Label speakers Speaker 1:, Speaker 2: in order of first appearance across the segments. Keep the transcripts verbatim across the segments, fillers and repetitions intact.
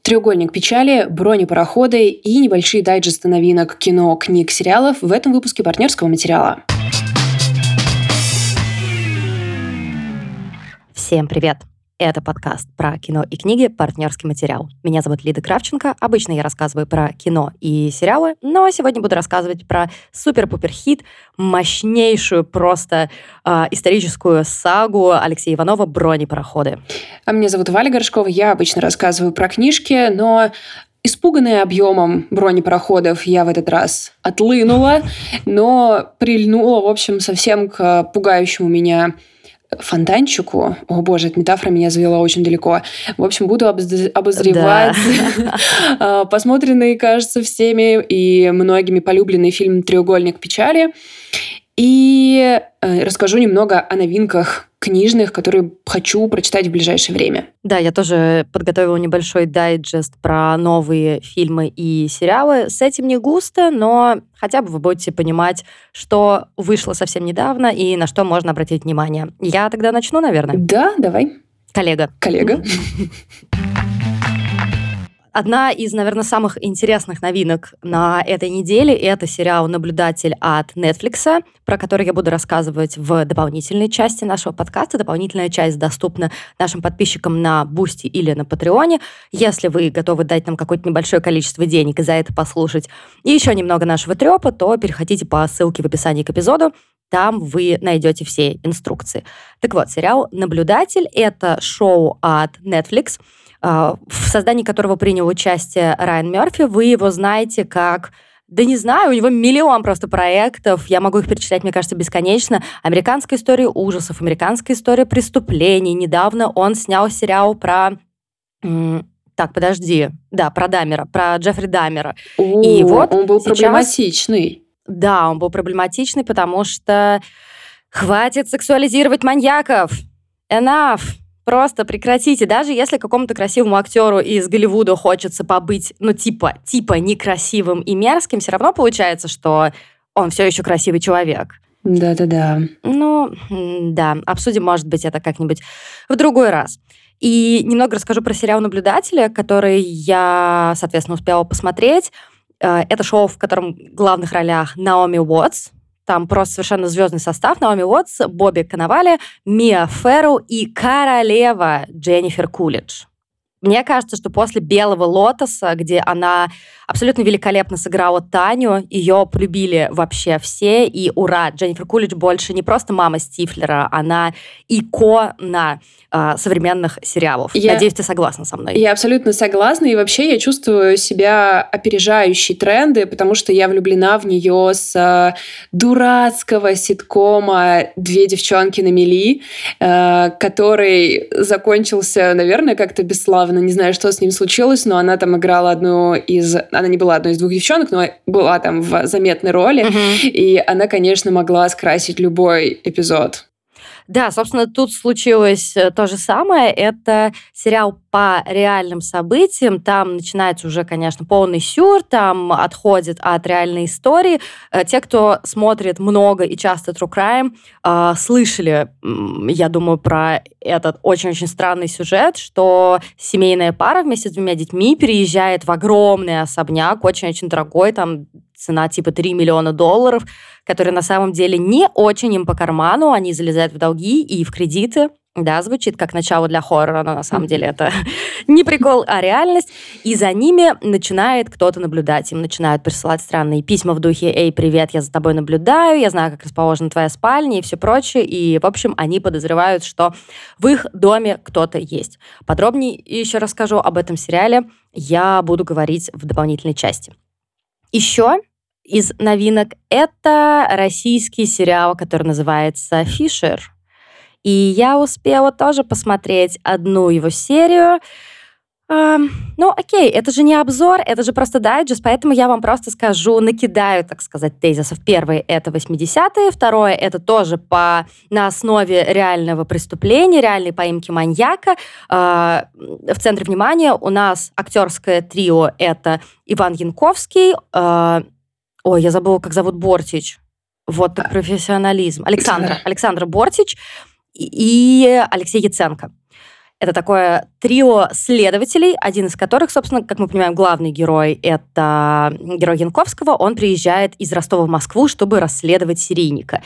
Speaker 1: Треугольник печали, бронепароходы и небольшие дайджесты новинок кино, книг, сериалов в этом выпуске партнерского материала.
Speaker 2: Всем привет! Это подкаст про кино и книги «Партнерский материал». Меня зовут Лида Кравченко. Обычно я рассказываю про кино и сериалы, но сегодня буду рассказывать про супер-пупер-хит, мощнейшую просто э, историческую сагу Алексея Иванова «Бронепароходы».
Speaker 1: А меня зовут Валя Горшкова. Я обычно рассказываю про книжки, но испуганная объемом бронепароходов я в этот раз отлынула, но прильнула, в общем, совсем к пугающему меня фонтанчику. О боже, эта метафора меня завела очень далеко. В общем, буду обоз- обозревать да. посмотренный, кажется, всеми и многими полюбленный фильм «Треугольник печали». И расскажу немного о новинках книжных, которые хочу прочитать в ближайшее время.
Speaker 2: Да, я тоже подготовила небольшой дайджест про новые фильмы и сериалы. С этим не густо, но хотя бы вы будете понимать, что вышло совсем недавно и на что можно обратить внимание. Я тогда начну, наверное?
Speaker 1: Да, давай.
Speaker 2: Коллега.
Speaker 1: Коллега.
Speaker 2: Одна из, наверное, самых интересных новинок на этой неделе — это сериал «Наблюдатель» от Netflix, про который я буду рассказывать в дополнительной части нашего подкаста. Дополнительная часть доступна нашим подписчикам на Бусти или на Патреоне. Если вы готовы дать нам какое-то небольшое количество денег и за это послушать и еще немного нашего трёпа, то переходите по ссылке в описании к эпизоду. Там вы найдете все инструкции. Так вот, сериал «Наблюдатель» — это шоу от Netflix, в создании которого принял участие Райан Мерфи. Вы его знаете как... Да не знаю, у него миллион просто проектов. Я могу их перечислять, мне кажется, бесконечно. «Американская история ужасов», «Американская история преступлений». Недавно он снял сериал про... Так, подожди. Да, про Даммера, про Джеффри Даммера.
Speaker 1: О, и вот он был сейчас... проблематичный.
Speaker 2: Да, он был проблематичный, потому что хватит сексуализировать маньяков. Enough. Просто прекратите. Даже если какому-то красивому актеру из Голливуда хочется побыть, ну, типа, типа некрасивым и мерзким, все равно получается, что он все еще красивый человек.
Speaker 1: Да-да-да.
Speaker 2: Ну, да, обсудим, может быть, это как-нибудь в другой раз. И немного расскажу про сериал «Наблюдатели», который я, соответственно, успела посмотреть. Это шоу, в котором в главных ролях Наоми Уотс. Там просто совершенно звездный состав. Наоми Уотс, Бобби Канавале, Миа Ферроу и королева Дженнифер Кулидж. Мне кажется, что после «Белого лотоса», где она абсолютно великолепно сыграла Таню, ее полюбили вообще все, и ура, Дженнифер Кулидж больше не просто мама Стифлера, она икона э, современных сериалов. Я, Надеюсь, ты согласна со мной.
Speaker 1: Я абсолютно согласна, и вообще я чувствую себя опережающей тренды, потому что я влюблена в нее с дурацкого ситкома «Две девчонки на мели», э, который закончился, наверное, как-то бесславно. Не знаю, что с ним случилось, но она там играла одну из... Она не была одной из двух девчонок, но была там в заметной роли. Uh-huh. И она, конечно, могла скрасить любой эпизод.
Speaker 2: Да, собственно, тут случилось то же самое. Это сериал по реальным событиям. Там начинается уже, конечно, полный сюр, там отходит от реальной истории. Те, кто смотрит много и часто True Crime, слышали, я думаю, про этот очень-очень странный сюжет, что семейная пара вместе с двумя детьми переезжает в огромный особняк, очень-очень дорогой, там цена типа три миллиона долларов, который на самом деле не очень им по карману, они залезают в долги и в кредиты. Да, звучит как начало для хоррора, но на самом деле это не прикол, а реальность. И за ними начинает кто-то наблюдать. Им начинают присылать странные письма в духе «Эй, привет, я за тобой наблюдаю, я знаю, как расположена твоя спальня» и все прочее. И, в общем, они подозревают, что в их доме кто-то есть. Подробнее еще расскажу об этом сериале. Я буду говорить в дополнительной части. Еще из новинок это российский сериал, который называется «Фишер». И я успела тоже посмотреть одну его серию. Эм, ну, окей, это же не обзор, это же просто дайджест, поэтому я вам просто скажу, накидаю, так сказать, тезисов. Первый — это восьмидесятые, второе — это тоже по, на основе реального преступления, реальной поимки маньяка. Э, в центре внимания у нас актерское трио — это Иван Янковский, э, ой, я забыла, как зовут Бортич. Вот так профессионализм. Александра, Александра Бортич и Алексей Яценко. Это такое трио следователей, один из которых, собственно, как мы понимаем, главный герой, это герой Янковского. Он приезжает из Ростова в Москву, чтобы расследовать серийника.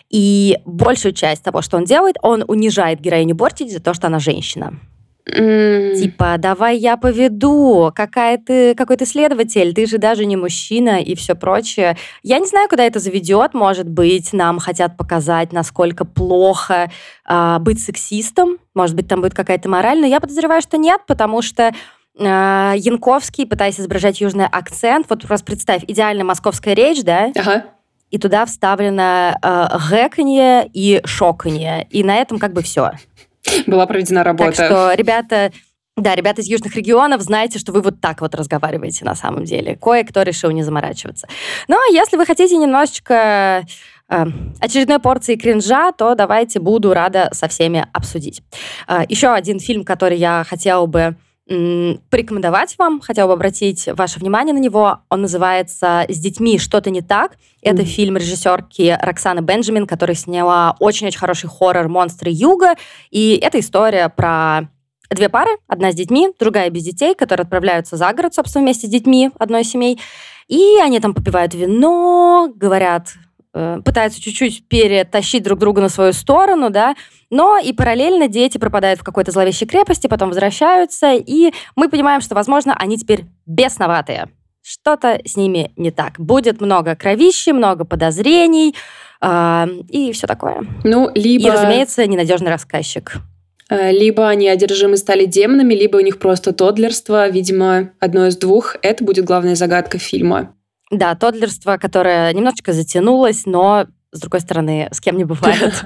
Speaker 2: И большую часть того, что он делает, он унижает героиню Бортич за то, что она женщина. Mm. Типа, давай я поведу, какая ты, какой ты следователь, ты же даже не мужчина и все прочее. Я не знаю, куда это заведет, может быть, нам хотят показать, насколько плохо э, быть сексистом, может быть, там будет какая-то мораль, но я подозреваю, что нет, потому что э, Янковский, пытаясь изображать южный акцент, вот просто представь, идеальная московская речь, да?
Speaker 1: Ага.
Speaker 2: И туда вставлено э, гэканье и шоканье, и на этом как бы все.
Speaker 1: Была проведена работа.
Speaker 2: Так что, ребята, да, ребята из южных регионов, знаете, что вы вот так вот разговариваете на самом деле. Кое-кто решил не заморачиваться. Ну, а если вы хотите немножечко э, очередной порции кринжа, то давайте, буду рада со всеми обсудить. Э, еще один фильм, который я хотела бы м, порекомендовать вам, хотела бы обратить ваше внимание на него. Он называется «С детьми что-то не так». Это mm-hmm. фильм режиссерки Роксаны Бенджамин, которая сняла очень-очень хороший хоррор «Монстры Юга». И это история про две пары, одна с детьми, другая без детей, которые отправляются за город, собственно, вместе с детьми одной из семей. И они там попивают вино, говорят, э, пытаются чуть-чуть перетащить друг друга на свою сторону, да, но и параллельно дети пропадают в какой-то зловещей крепости, потом возвращаются, и мы понимаем, что, возможно, они теперь бесноватые. Что-то с ними не так. Будет много кровищи, много подозрений э, и все такое.
Speaker 1: Ну, либо...
Speaker 2: И, разумеется, ненадежный рассказчик.
Speaker 1: Либо они одержимы стали демонами, либо у них просто тоддлерство. Видимо, одно из двух. Это будет главная загадка фильма.
Speaker 2: Да, тоддлерство, которое немножечко затянулось, но, с другой стороны, с кем не бывает.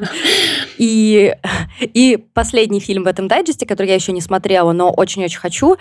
Speaker 2: И, и последний фильм в этом дайджесте, который я еще не смотрела, но очень-очень хочу,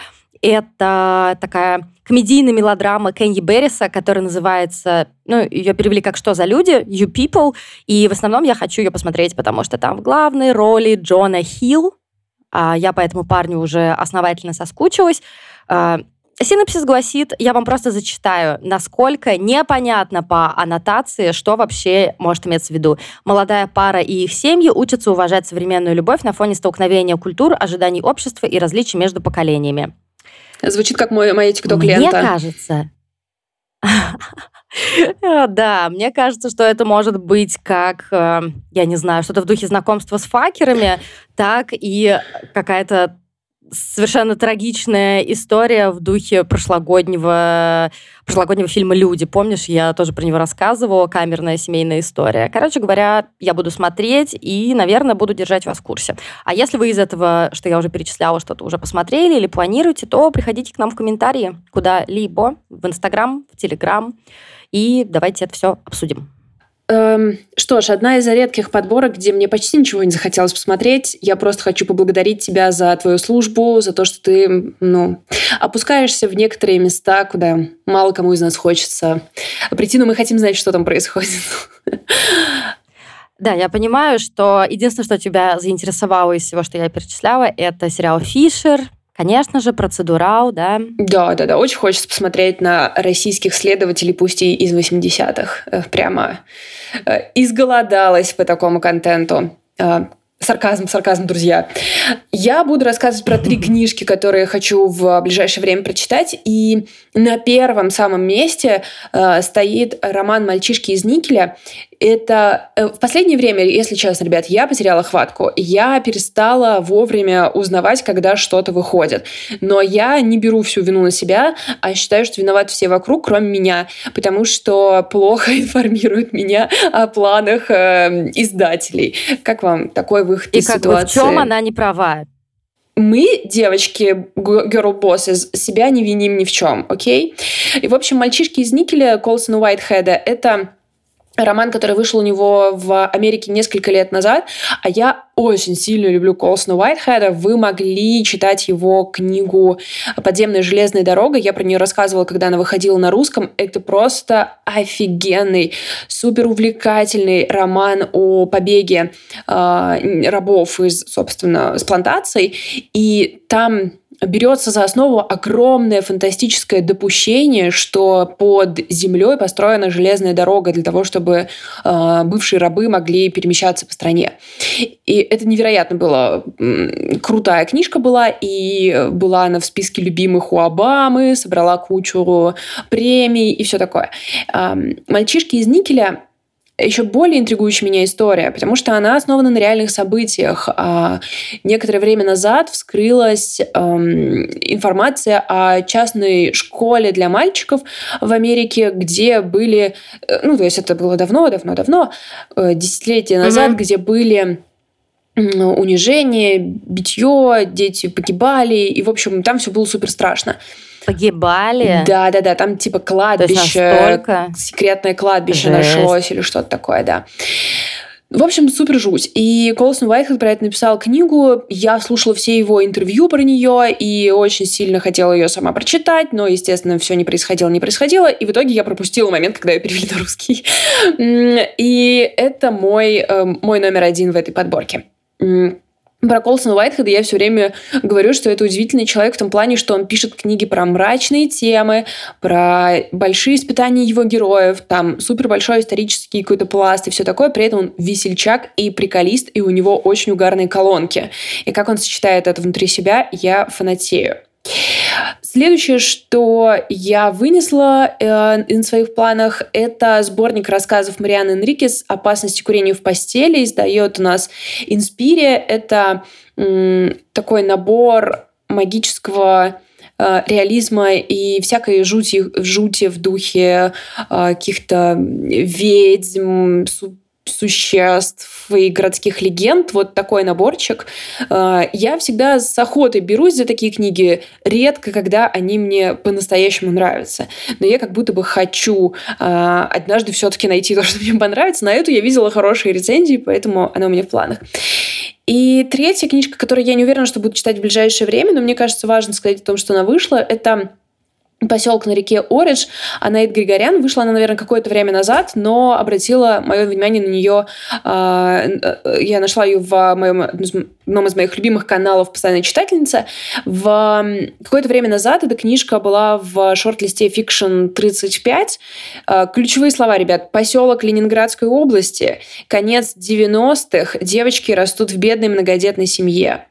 Speaker 2: это такая комедийная мелодрама Кенни Берриса, которая называется, ну, ее перевели как «Что за люди?» You People. И в основном я хочу ее посмотреть, потому что там в главной роли Джона Хилл. А я по этому парню уже основательно соскучилась. Синопсис гласит, я вам просто зачитаю, насколько непонятно по аннотации, что вообще может иметься в виду. Молодая пара и их семьи учатся уважать современную любовь на фоне столкновения культур, ожиданий общества и различий между поколениями.
Speaker 1: Звучит как мой, моя тикток-лента.
Speaker 2: Мне кажется... Да, мне кажется, что это может быть как, я не знаю, что-то в духе знакомства с факерами, так и какая-то совершенно трагичная история в духе прошлогоднего, прошлогоднего фильма «Люди». Помнишь, я тоже про него рассказывала, камерная семейная история. Короче говоря, я буду смотреть и, наверное, буду держать вас в курсе. А если вы из этого, что я уже перечисляла, что-то уже посмотрели или планируете, то приходите к нам в комментарии куда-либо, в Инстаграм, в Телеграм, и давайте это все обсудим.
Speaker 1: Что ж, одна из редких подборок, где мне почти ничего не захотелось посмотреть. Я просто хочу поблагодарить тебя за твою службу, за то, что ты, ну, опускаешься в некоторые места, куда мало кому из нас хочется прийти, но мы хотим знать, что там происходит.
Speaker 2: Да, я понимаю, что единственное, что тебя заинтересовало из всего, что я перечисляла, это сериал «Фишер». Конечно же, процедурал, да?
Speaker 1: Да, да, да. Очень хочется посмотреть на российских следователей, пусть и из восьмидесятых. Прямо изголодалась по такому контенту. Сарказм, сарказм, друзья. Я буду рассказывать про три книжки, которые хочу в ближайшее время прочитать. И на первом самом месте э, стоит роман «Мальчишки из никеля». Это э, в последнее время, если честно, ребят, я потеряла хватку. Я перестала вовремя узнавать, когда что-то выходит. Но я не беру всю вину на себя, а считаю, что виноваты все вокруг, кроме меня, потому что плохо информируют меня о планах э, издателей. Как вам такой выход из
Speaker 2: ситуации? И как бы в чем она не права?
Speaker 1: Мы, девочки, girl bosses, себя не виним ни в чем, окей? И, в общем, «Мальчишки из никеля» Колсона Уайтхеда — это роман, который вышел у него в Америке несколько лет назад, а я очень сильно люблю Колсона Уайтхеда. Вы могли читать его книгу «Подземная железная дорога». Я про нее рассказывала, когда она выходила на русском. Это просто офигенный, супер увлекательный роман о побеге э, рабов из, собственно, с плантаций. И там берется за основу огромное фантастическое допущение, что под землей построена железная дорога для того, чтобы э, бывшие рабы могли перемещаться по стране. И это невероятно было. Крутая книжка была, и была она в списке любимых у Обамы, собрала кучу премий и все такое. Э, «Мальчишки из никеля» еще более интригующая меня история, потому что она основана на реальных событиях. А некоторое время назад вскрылась эм, информация о частной школе для мальчиков в Америке, где были, ну, то есть это было давно-давно-давно, э, десятилетия назад, mm-hmm. где были унижение, битье, дети погибали, и, в общем, там все было супер страшно.
Speaker 2: Погибали?
Speaker 1: Да-да-да, там типа кладбище, секретное кладбище Жесть. нашлось или что-то такое, да. В общем, супер жуть. И Колсон Уайтхед про это написал книгу. Я слушала все его интервью про нее и очень сильно хотела ее сама прочитать, но, естественно, все не происходило, не происходило. И в итоге я пропустила момент, когда ее перевели на русский. И это мой, мой номер один в этой подборке. Про Колсона Уайтхеда я все время говорю, что это удивительный человек в том плане, что он пишет книги про мрачные темы, про большие испытания его героев, там супер большой исторический какой-то пласт и все такое, при этом он весельчак и приколист, и у него очень угарные колонки. И как он сочетает это внутри себя, я фанатею. Следующее, что я вынесла э, на своих планах, это сборник рассказов Марианы Энрикес «Опасности курения в постели». Издает у нас Инспирия. Это м, такой набор магического э, реализма и всякой жути, жути в духе э, каких-то ведьм, су- существ и городских легенд. Вот такой наборчик. Я всегда с охотой берусь за такие книги. Редко, когда они мне по-настоящему нравятся. Но я как будто бы хочу однажды все-таки найти то, что мне понравится. На эту я видела хорошие рецензии, поэтому она у меня в планах. И третья книжка, которую я не уверена, что буду читать в ближайшее время, но мне кажется, важно сказать о том, что она вышла, это «Поселок на реке Оридж». Анаит Григорян. Вышла она, наверное, какое-то время назад, но обратила мое внимание на нее. Я нашла ее в моем, одном из моих любимых каналов «Постоянная читательница». В какое-то время назад эта книжка была в шорт-листе Fiction тридцать пять. Ключевые слова, ребят. «Поселок Ленинградской области. Конец девяностых. Девочки растут в бедной многодетной семье».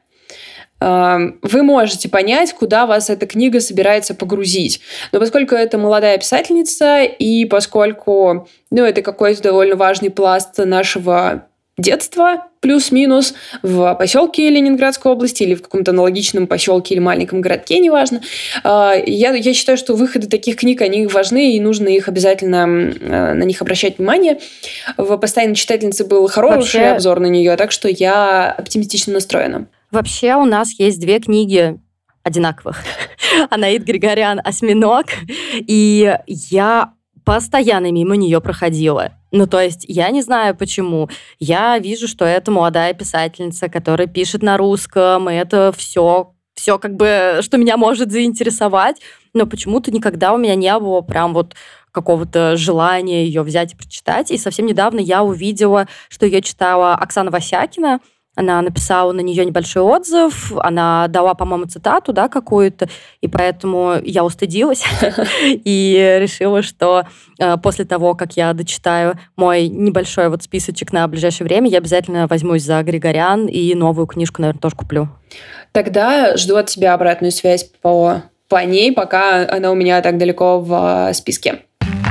Speaker 1: Вы можете понять, куда вас эта книга собирается погрузить. Но поскольку это молодая писательница, и поскольку ну, это какой-то довольно важный пласт нашего детства, плюс-минус, в поселке Ленинградской области или в каком-то аналогичном поселке или маленьком городке, неважно, я, я считаю, что выходы таких книг, они важны, и нужно их обязательно на них обращать внимание. В «Постоянной читательнице» был хороший Вообще... обзор на нее, так что я оптимистично настроена.
Speaker 2: Вообще у нас есть две книги одинаковых. Анаит Григорян «Осьминог», и я постоянно мимо нее проходила. Ну, то есть я не знаю почему. Я вижу, что это молодая писательница, которая пишет на русском, и это все, все как бы, что меня может заинтересовать, но почему-то никогда у меня не было прям вот какого-то желания ее взять и прочитать. И совсем недавно я увидела, что ее читала Оксана Васякина. Она написала на нее небольшой отзыв, она дала, по-моему, цитату, да, какую-то, и поэтому я устыдилась и решила, что после того, как я дочитаю мой небольшой вот списочек на ближайшее время, я обязательно возьмусь за Григорян и новую книжку, наверное, тоже куплю.
Speaker 1: Тогда жду от тебя обратную связь по, по ней, пока она у меня так далеко в списке.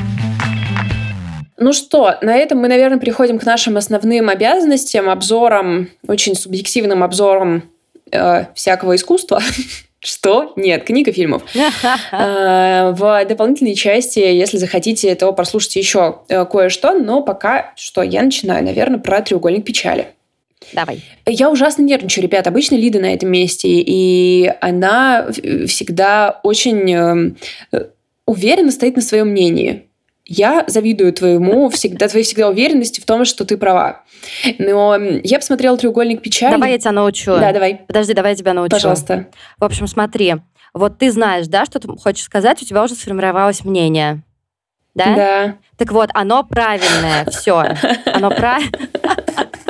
Speaker 1: Ну что, на этом мы, наверное, переходим к нашим основным обязанностям, обзорам, очень субъективным обзорам э, всякого искусства. Что? Нет, книг и фильмов. В дополнительной части, если захотите, то прослушайте еще кое-что, но пока что я начинаю, наверное, про «Треугольник печали».
Speaker 2: Давай.
Speaker 1: Я ужасно нервничаю, ребят. Обычно Лида на этом месте, и она всегда очень уверенно стоит на своем мнении. Я завидую твоему всегда, твоей всегда уверенности в том, что ты права. Но я посмотрела «Треугольник печали».
Speaker 2: Давай я тебя научу.
Speaker 1: Да, давай.
Speaker 2: Подожди, давай я тебя научу.
Speaker 1: Пожалуйста.
Speaker 2: В общем, смотри. Вот ты знаешь, да, что ты хочешь сказать, у тебя уже сформировалось мнение. Да?
Speaker 1: Да.
Speaker 2: Так вот, оно правильное. Все. Оно правильное.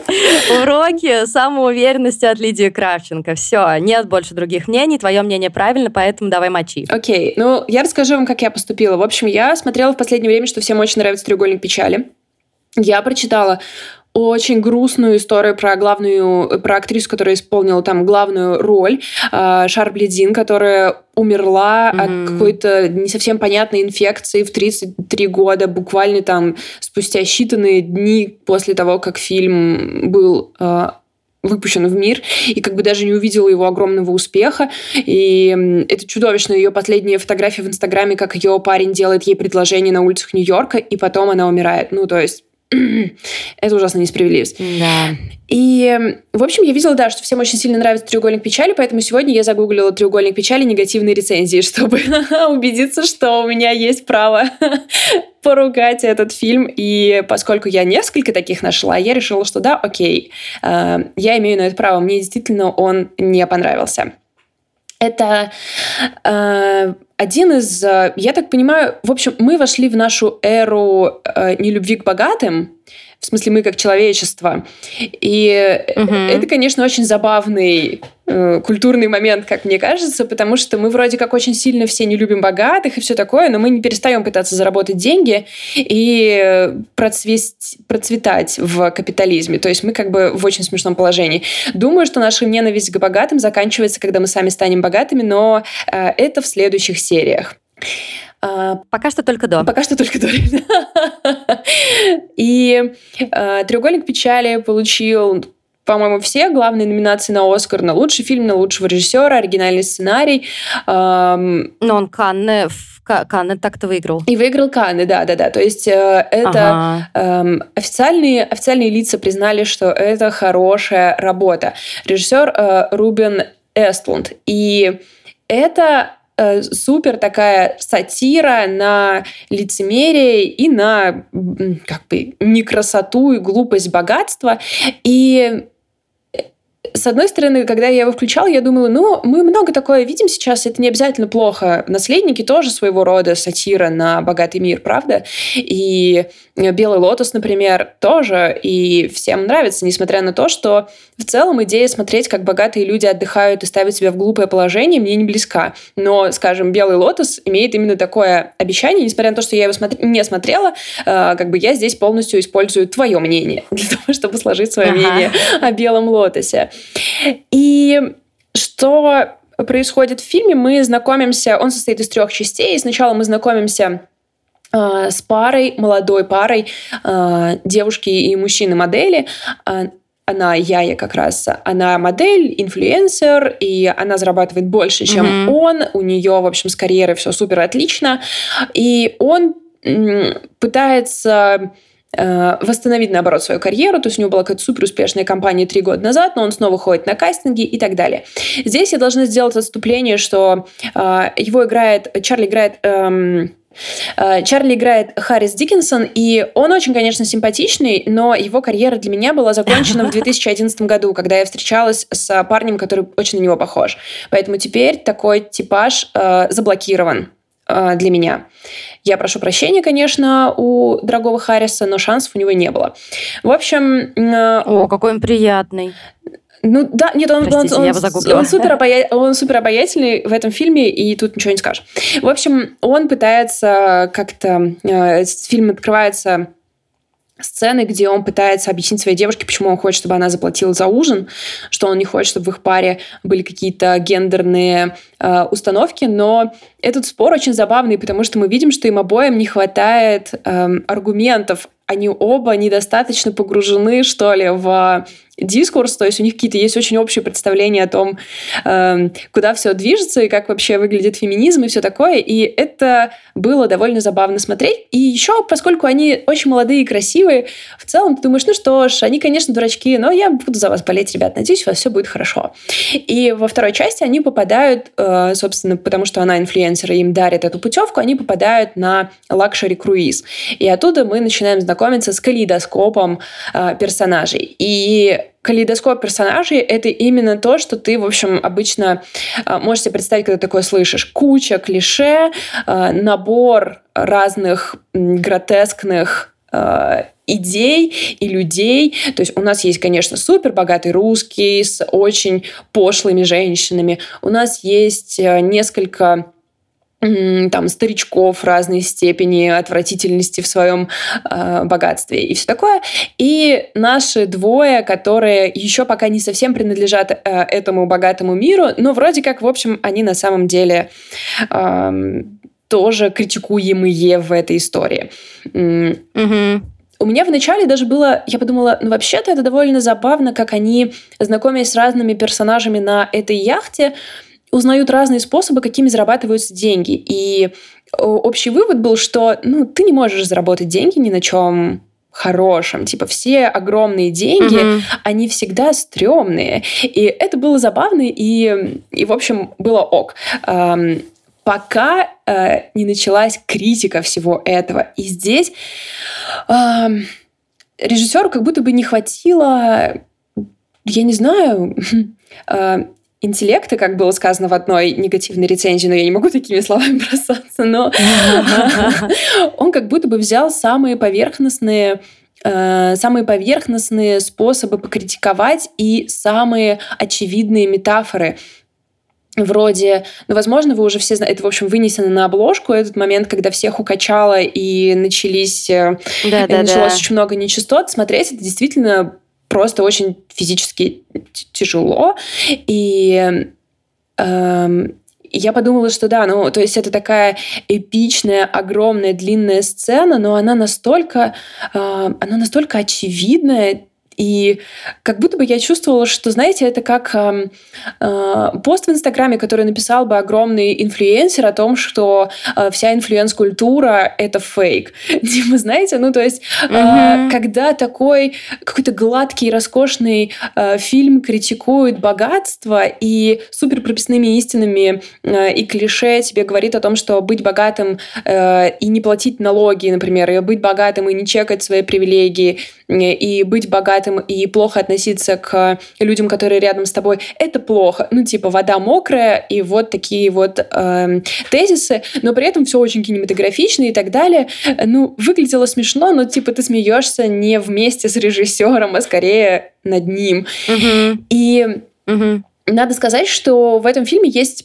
Speaker 2: Уроки самоуверенности от Лидии Кравченко. Все, нет больше других мнений, твое мнение правильно, поэтому давай мочи.
Speaker 1: Окей, ну я расскажу вам, как я поступила. В общем, я смотрела в последнее время, что всем очень нравится «Треугольник печали». Я прочитала очень грустную историю про главную, про актрису, которая исполнила там главную роль, Шар Бледин, которая умерла mm-hmm. от какой-то не совсем понятной инфекции в тридцать три года, буквально там спустя считанные дни после того, как фильм был выпущен в мир, и как бы даже не увидела его огромного успеха. И это чудовищно. Ее последние фотографии в Инстаграме, как ее парень делает ей предложение на улицах Нью-Йорка, и потом она умирает. Ну, то есть это ужасно несправедливость.
Speaker 2: Да.
Speaker 1: И, в общем, я видела, да, что всем очень сильно нравится «Треугольник печали», поэтому сегодня я загуглила «Треугольник печали» негативные рецензии, чтобы убедиться, что у меня есть право поругать этот фильм. И поскольку я несколько таких нашла, я решила, что да, окей, я имею на это право. Мне действительно он не понравился. Это э, один из... Э, я так понимаю, в общем, мы вошли в нашу эру э, нелюбви к богатым, в смысле мы как человечество. И угу. это, конечно, очень забавный э, культурный момент, как мне кажется, потому что мы вроде как очень сильно все не любим богатых и все такое, но мы не перестаем пытаться заработать деньги и процвесть, процветать в капитализме. То есть мы как бы в очень смешном положении. Думаю, что наша ненависть к богатым заканчивается, когда мы сами станем богатыми, но э, это в следующих сериях.
Speaker 2: Пока что только до.
Speaker 1: Пока что только до. И э, «Треугольник печали» получил, по-моему, все главные номинации на «Оскар», на лучший фильм, на лучшего режиссера, оригинальный сценарий.
Speaker 2: Эм... Но он Канны, Канны так-то выиграл.
Speaker 1: И выиграл Канны, да-да-да. То есть э, это ага. э, официальные, официальные лица признали, что это хорошая работа. Режиссер э, Рубен Эстлунд. И это... супер такая сатира на лицемерие и на как бы некрасоту и глупость богатства. И с одной стороны, когда я его включала, я думала, ну, мы много такое видим сейчас, это не обязательно плохо. «Наследники» тоже своего рода сатира на богатый мир, правда? И «Белый лотос», например, тоже. И всем нравится, несмотря на то, что в целом идея смотреть, как богатые люди отдыхают и ставят себя в глупое положение, мне не близка. Но, скажем, «Белый лотос» имеет именно такое обещание, несмотря на то, что я его смотр- не смотрела, э, как бы я здесь полностью использую твое мнение для того, чтобы сложить свое ага. мнение о «Белом лотосе». И что происходит в фильме? Мы знакомимся, он состоит из трех частей. Сначала мы знакомимся э, с парой, молодой парой э, девушки и мужчины-модели. Она, Яя как раз, она модель, инфлюенсер, и она зарабатывает больше, чем mm-hmm. он. У нее, в общем, с карьерой все супер отлично. И он м, пытается... восстановить, наоборот, свою карьеру. То есть у него была какая-то супер успешная кампания три года назад, но он снова ходит на кастинги и так далее. Здесь я должна сделать отступление, что э, его играет, Чарли играет... Эм, Чарли играет Харрис Диккинсон, и он очень, конечно, симпатичный, но его карьера для меня была закончена в две тысячи одиннадцатом году, когда я встречалась с парнем, который очень на него похож. Поэтому теперь такой типаж э, заблокирован э, для меня. Я прошу прощения, конечно, у дорогого Харриса, но шансов у него не было. В общем... Э,
Speaker 2: О, какой он приятный.
Speaker 1: Ну да, нет, он,
Speaker 2: Простите,
Speaker 1: он,
Speaker 2: я
Speaker 1: он,
Speaker 2: его
Speaker 1: он, супер обая... он супер обаятельный в этом фильме, и тут ничего не скажешь. В общем, он пытается как-то... Э, фильм открывается сцены, где он пытается объяснить своей девушке, почему он хочет, чтобы она заплатила за ужин, что он не хочет, чтобы в их паре были какие-то гендерные э, установки, но этот спор очень забавный, потому что мы видим, что им обоим не хватает э, аргументов. Они оба недостаточно погружены, что ли, в дискурс, то есть у них какие-то есть очень общие представления о том, э, куда все движется и как вообще выглядит феминизм и все такое, и это было довольно забавно смотреть. И еще, поскольку они очень молодые и красивые, в целом ты думаешь, ну что ж, они, конечно, дурачки, но я буду за вас болеть, ребят, надеюсь, у вас все будет хорошо. И во второй части они попадают, э, собственно, потому что она инфлюенсер, и им дарит эту путевку, они попадают на лакшери-круиз. И оттуда мы начинаем знакомиться с калейдоскопом э, персонажей. И калейдоскоп персонажей — это именно то, что ты, в общем, обычно э, можешь себе представить, когда такое слышишь. Куча клише, э, набор разных м, гротескных э, идей и людей. То есть у нас есть, конечно, супер богатый русский с очень пошлыми женщинами. У нас есть несколько там старичков разной степени отвратительности в своем э, богатстве и все такое. И наши двое, которые еще пока не совсем принадлежат э, этому богатому миру, но вроде как, в общем, они на самом деле э, тоже критикуемые в этой истории.
Speaker 2: Mm-hmm.
Speaker 1: У меня вначале даже было, я подумала, ну вообще-то это довольно забавно, как они, знакомясь с разными персонажами на этой яхте, узнают разные способы, какими зарабатываются деньги. И общий вывод был, что ну, ты не можешь заработать деньги ни на чем хорошем. Типа все огромные деньги, mm-hmm. они всегда стрёмные. И это было забавно, и, и в общем, было ок. Эм, пока э, не началась критика всего этого. И здесь э, режиссеру как будто бы не хватило, я не знаю... Э, интеллекта, как было сказано в одной негативной рецензии, но я не могу такими словами бросаться, но он как будто бы взял самые поверхностные самые поверхностные способы покритиковать и самые очевидные метафоры. Вроде, ну, возможно, вы уже все знаете, это, в общем, вынесено на обложку, этот момент, когда всех укачало и начались, да, и да, началось да. очень много нечистот. Смотреть это действительно просто очень физически тяжело. И э, я подумала, что да, ну, то есть это такая эпичная, огромная, длинная сцена, но она настолько, э, она настолько очевидная, и как будто бы я чувствовала, что, знаете, это как э, э, пост в Инстаграме, который написал бы огромный инфлюенсер о том, что э, вся инфлюенс-культура — это фейк. Типа, знаете, ну то есть, э, mm-hmm. когда такой какой-то гладкий, роскошный э, фильм критикует богатство и супер прописными истинами э, и клише тебе говорит о том, что быть богатым э, и не платить налоги, например, и быть богатым и не чекать свои привилегии, и быть богатым и плохо относиться к людям, которые рядом с тобой, это плохо. Ну, типа, вода мокрая, и вот такие вот э, тезисы, но при этом все очень кинематографично и так далее. Ну, выглядело смешно, но, типа, ты смеешься не вместе с режиссером, а скорее над ним.
Speaker 2: Mm-hmm.
Speaker 1: И
Speaker 2: mm-hmm.
Speaker 1: надо сказать, что в этом фильме есть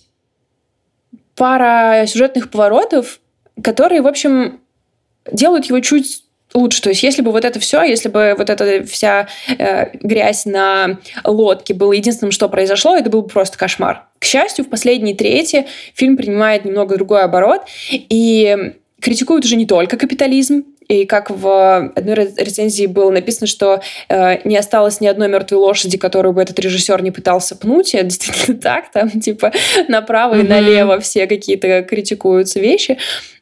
Speaker 1: пара сюжетных поворотов, которые, в общем, делают его чуть лучше. То есть если бы вот это все, если бы вот эта вся э, грязь на лодке была единственным, что произошло, это был бы просто кошмар. К счастью, в последней трети фильм принимает немного другой оборот и критикует уже не только капитализм. И как в одной рецензии было написано, что э, не осталось ни одной мертвой лошади, которую бы этот режиссер не пытался пнуть. И это действительно так. Там типа направо mm-hmm. и налево все какие-то критикуются вещи.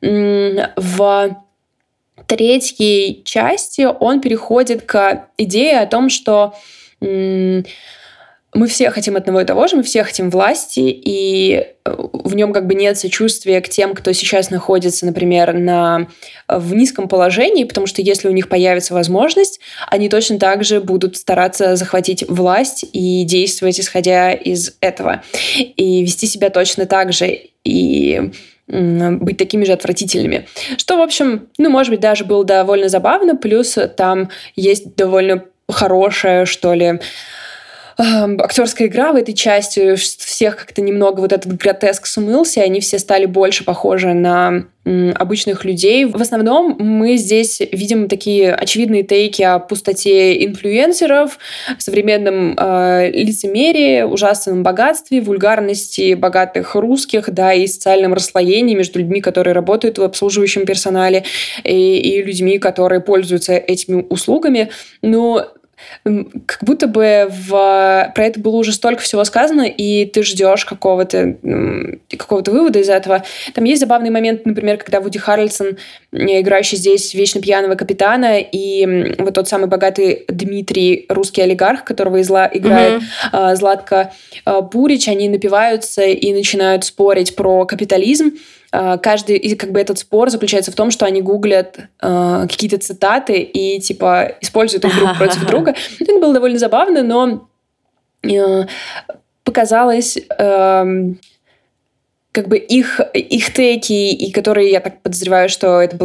Speaker 1: В третьей части он переходит к идее о том, что м- мы все хотим одного и того же, мы все хотим власти, и в нем как бы нет сочувствия к тем, кто сейчас находится, например, на, в низком положении, потому что если у них появится возможность, они точно так же будут стараться захватить власть и действовать, исходя из этого, и вести себя точно так же, и быть такими же отвратительными. Что, в общем, ну, может быть, даже было довольно забавно, плюс там есть довольно хорошая, что ли, актерская игра в этой части. Всех как-то немного вот этот гротеск смылся, и они все стали больше похожи на обычных людей. В основном мы здесь видим такие очевидные тейки о пустоте инфлюенсеров, современном э, лицемерии, ужасном богатстве, вульгарности богатых русских, да, и социальном расслоении между людьми, которые работают в обслуживающем персонале, и, и людьми, которые пользуются этими услугами. Но как будто бы в... про это было уже столько всего сказано, и ты ждешь какого-то, какого-то вывода из этого. Там есть забавный момент, например, когда Вуди Харрельсон, играющий здесь вечно пьяного капитана, и вот тот самый богатый Дмитрий, русский олигарх, которого изла... играет mm-hmm. Златко Бурич, они напиваются и начинают спорить про капитализм. Каждый, и как бы этот спор заключается в том, что они гуглят э, какие-то цитаты и типа используют их друг против друга. Это было довольно забавно, но э, показалось э, как бы их, их теки, и которые, я так подозреваю, что это была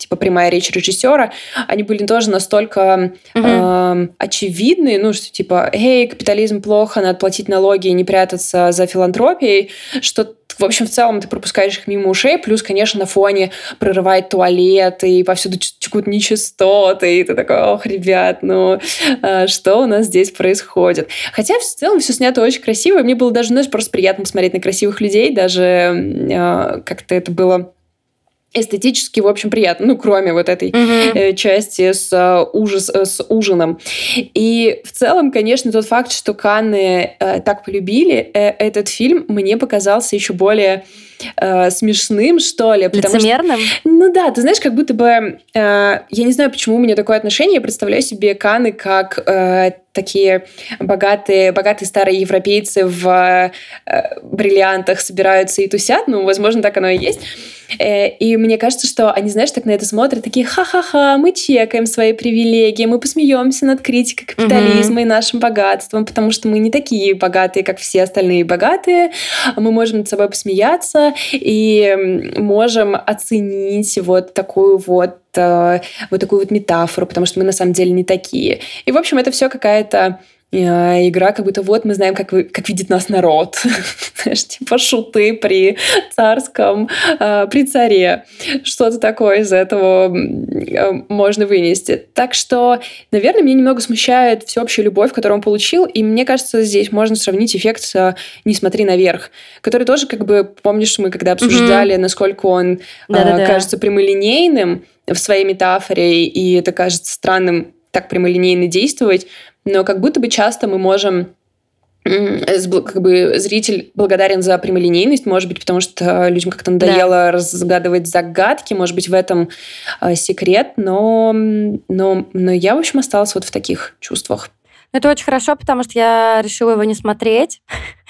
Speaker 1: типа прямая речь режиссера, они были тоже настолько mm-hmm. э, очевидны, ну, что типа, эй, капитализм плохо, надо платить налоги и не прятаться за филантропией, что, в общем, в целом ты пропускаешь их мимо ушей, плюс, конечно, на фоне прорывает туалет, и повсюду текут нечистоты, и ты такой, ох, ребят, ну, э, что у нас здесь происходит? Хотя, в целом, все снято очень красиво, и мне было даже, знаешь, просто приятно посмотреть на красивых людей, даже э, как-то это было эстетически, в общем, приятно. Ну, кроме вот этой mm-hmm. э, части с, э, ужас, э, с ужином. И в целом, конечно, тот факт, что Канны э, так полюбили э, этот фильм, мне показался еще более э, смешным, что ли.
Speaker 2: Лицемерным?
Speaker 1: Что, ну да, ты знаешь, как будто бы... Э, я не знаю, почему у меня такое отношение. Я представляю себе Канны как... Э, такие богатые, богатые старые европейцы в э, бриллиантах собираются и тусят. Ну, возможно, так оно и есть. Э, и мне кажется, что они, знаешь, так на это смотрят, такие, ха-ха-ха, мы чекаем свои привилегии, мы посмеемся над критикой капитализма mm-hmm. и нашим богатством, потому что мы не такие богатые, как все остальные богатые. Мы можем над собой посмеяться и можем оценить вот такую вот вот такую вот метафору, потому что мы на самом деле не такие. И, в общем, это все какая-то э, игра, как будто вот мы знаем, как, вы, как видит нас народ. Знаешь, типа шуты при царском, э, при царе. Что-то такое из этого э, можно вынести. Так что, наверное, меня немного смущает всеобщая любовь, которую он получил, и мне кажется, здесь можно сравнить эффект с «Не смотри наверх», который тоже, как бы, помнишь, мы когда обсуждали, mm-hmm. насколько он э, кажется прямолинейным в своей метафоре, и это кажется странным так прямолинейно действовать, но как будто бы часто мы можем, как бы зритель благодарен за прямолинейность, может быть, потому что людям как-то надоело да. разгадывать загадки, может быть, в этом секрет, но, но, но я, в общем, осталась вот в таких чувствах.
Speaker 2: Это очень хорошо, потому что я решила его не смотреть.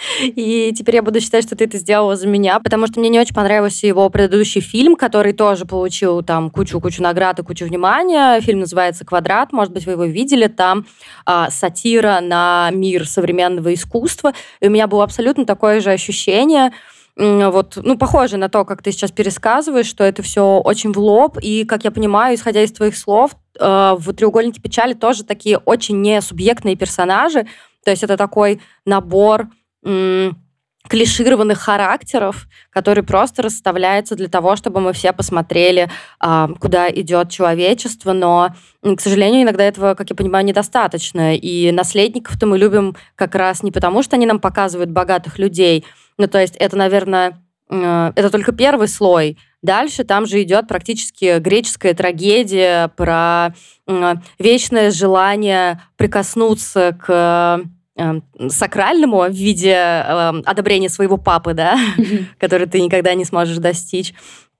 Speaker 2: И теперь я буду считать, что ты это сделала за меня, потому что мне не очень понравился его предыдущий фильм, который тоже получил там кучу-кучу наград и кучу внимания. Фильм называется «Квадрат». Может быть, вы его видели. Там а, сатира на мир современного искусства. И у меня было абсолютно такое же ощущение, вот, ну, похоже на то, как ты сейчас пересказываешь, что это все очень в лоб, и, как я понимаю, исходя из твоих слов, в «Треугольнике печали» тоже такие очень несубъектные персонажи, то есть это такой набор м- клишированных характеров, который просто расставляется для того, чтобы мы все посмотрели, а, куда идет человечество, но, к сожалению, иногда этого, как я понимаю, недостаточно, и наследников-то мы любим как раз не потому, что они нам показывают богатых людей. Ну, то есть это, наверное, это только первый слой. Дальше там же идет практически греческая трагедия про вечное желание прикоснуться к сакральному в виде одобрения своего папы, да, mm-hmm. который ты никогда не сможешь достичь.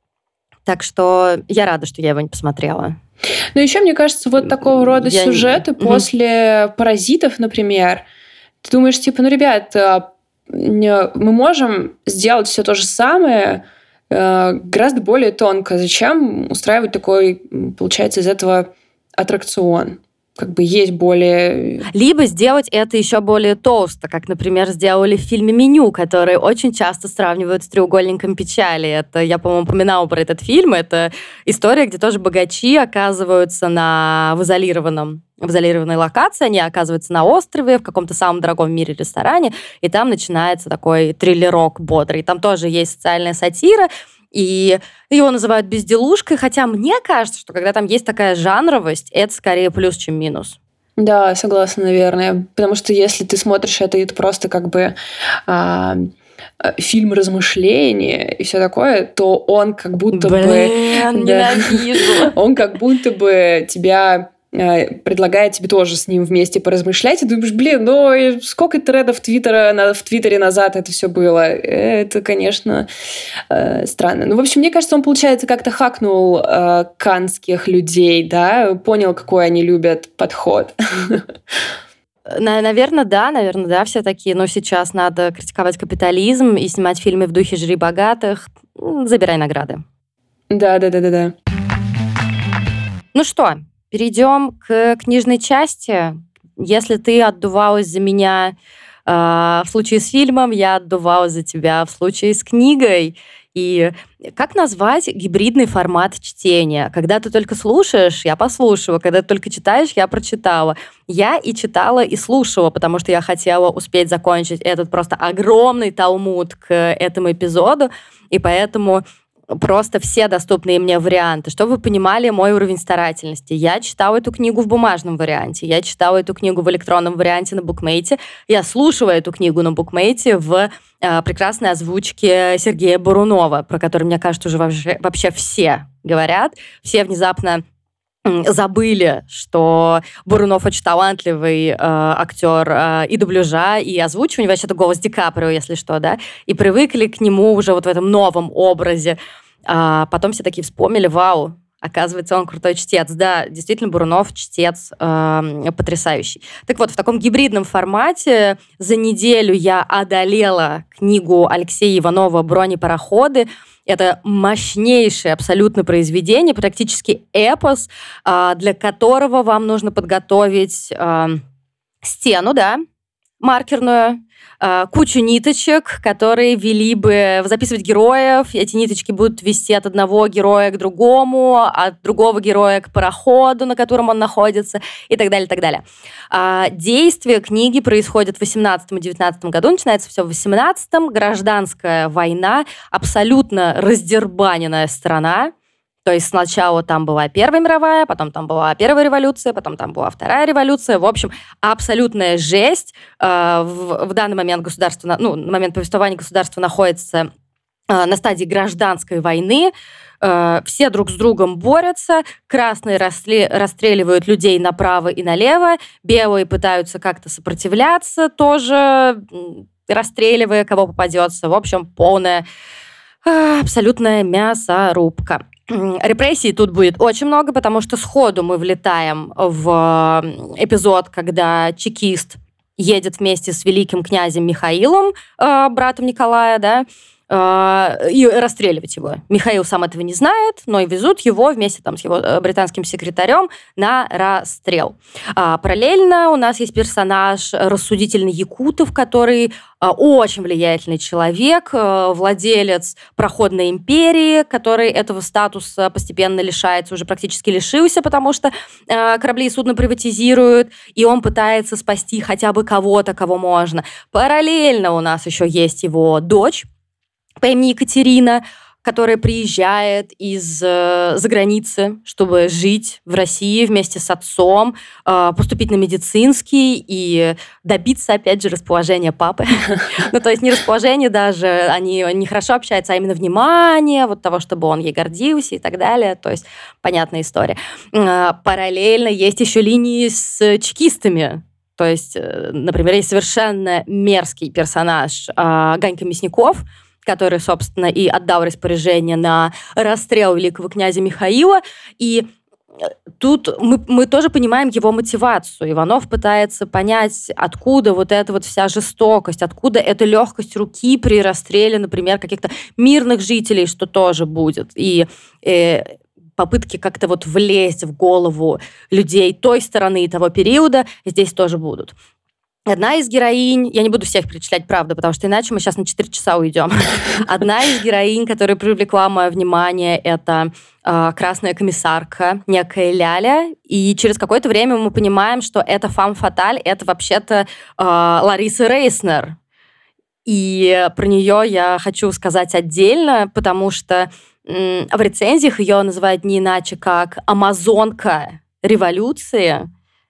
Speaker 2: Так что я рада, что я его не посмотрела.
Speaker 1: Ну, еще, мне кажется, вот такого рода я... сюжеты mm-hmm. после «Паразитов», например, ты думаешь, типа, ну, ребят, мы можем сделать все то же самое э, гораздо более тонко. Зачем устраивать такой, получается, из этого аттракцион? Как бы есть более...
Speaker 2: Либо сделать это еще более толсто, как, например, сделали в фильме «Меню», который очень часто сравнивают с «Треугольником печали». Это, я, по-моему, упоминала про этот фильм. Это история, где тоже богачи оказываются на, в изолированном в изолированной локации, они оказываются на острове, в каком-то самом дорогом в мире ресторане, и там начинается такой триллерок бодрый. Там тоже есть социальная сатира, и его называют безделушкой, хотя мне кажется, что когда там есть такая жанровость, это скорее плюс, чем минус.
Speaker 1: Да, согласна, наверное. Потому что если ты смотришь это, это просто как бы... А... фильм размышления и все такое, то он как будто
Speaker 2: Блин,
Speaker 1: бы...
Speaker 2: ненавижу.
Speaker 1: Да, он как будто бы тебя... предлагает тебе тоже с ним вместе поразмышлять, и думаешь, блин, ну сколько тредов Твиттера, в Твиттере назад это все было. Это, конечно, странно. Ну, в общем, мне кажется, он, получается, как-то хакнул каннских людей, да, понял, какой они любят подход.
Speaker 2: Наверное, да, наверное, да, все такие, но сейчас надо критиковать капитализм и снимать фильмы в духе «Жри богатых», забирай награды.
Speaker 1: Да-да-да-да-да.
Speaker 2: Ну что, перейдем к книжной части. Если ты отдувалась за меня э, в случае с фильмом, я отдувалась за тебя в случае с книгой. И как назвать гибридный формат чтения? Когда ты только слушаешь, я послушала. Когда ты только читаешь, я прочитала. Я и читала, и слушала, потому что я хотела успеть закончить этот просто огромный талмуд к этому эпизоду, и поэтому просто все доступные мне варианты. Чтобы вы понимали мой уровень старательности. Я читала эту книгу в бумажном варианте, я читала эту книгу в электронном варианте на букмейте, я слушала эту книгу на букмейте в э, прекрасной озвучке Сергея Бурунова, про который, мне кажется, уже вообще, вообще все говорят. Все внезапно забыли, что Бурунов очень талантливый э, актер э, и дубляжа, и озвучивания, вообще-то голос Ди Каприо, если что, да, и привыкли к нему уже вот в этом новом образе. А потом все такие вспомнили, вау, оказывается, он крутой чтец. Да, действительно, Бурунов чтец э, потрясающий. Так вот, в таком гибридном формате за неделю я одолела книгу Алексея Иванова «Бронепароходы». Это мощнейшее абсолютно произведение, практически эпос, э, для которого вам нужно подготовить э, стену, да, маркерную, кучу ниточек, которые вели бы записывать героев. Эти ниточки будут вести от одного героя к другому, от другого героя к пароходу, на котором он находится, и так далее, и так далее. Действие книги происходит в восемнадцатом и девятнадцатом году, начинается все в восемнадцатом. Гражданская война, абсолютно раздербаненная страна. То есть сначала там была Первая мировая, потом там была Первая революция, потом там была Вторая революция. В общем, абсолютная жесть. В, в данный момент государство, ну, на момент повествования государство находится на стадии гражданской войны. Все друг с другом борются. Красные расстреливают людей направо и налево. Белые пытаются как-то сопротивляться, тоже расстреливая, кого попадется. В общем, полная абсолютная мясорубка. Репрессий тут будет очень много, потому что сходу мы влетаем в эпизод, когда чекист едет вместе с великим князем Михаилом, братом Николая, да, и расстреливать его. Михаил сам этого не знает, но и везут его вместе там, с его британским секретарем на расстрел. Параллельно у нас есть персонаж рассудительный Якутов, который очень влиятельный человек, владелец проходной империи, который этого статуса постепенно лишается, уже практически лишился, потому что корабли и судно приватизируют, и он пытается спасти хотя бы кого-то, кого можно. Параллельно у нас еще есть его дочь по имени Екатерина, которая приезжает из-за границы, чтобы жить в России вместе с отцом, поступить на медицинский и добиться, опять же, расположения папы. Ну, то есть не расположение даже, они не хорошо общаются, а именно внимание, вот того, чтобы он ей гордился и так далее. То есть понятная история. Параллельно есть еще линии с чекистами. То есть, например, есть совершенно мерзкий персонаж Ганька Мясников, который, собственно, и отдал распоряжение на расстрел великого князя Михаила. И тут мы, мы тоже понимаем его мотивацию. Иванов пытается понять, откуда вот эта вот вся жестокость, откуда эта легкость руки при расстреле, например, каких-то мирных жителей, что тоже будет. И э, попытки как-то вот влезть в голову людей той стороны и того периода здесь тоже будут. Одна из героинь, я не буду всех перечислять, правда, потому что иначе мы сейчас на четыре часа уйдем. Одна из героинь, которая привлекла мое внимание, это э, красная комиссарка, некая Ляля. И через какое-то время мы понимаем, что это фам-фаталь, это вообще-то э, Лариса Рейснер. И про нее я хочу сказать отдельно, потому что э, в рецензиях ее называют не иначе, как «Амазонка революции».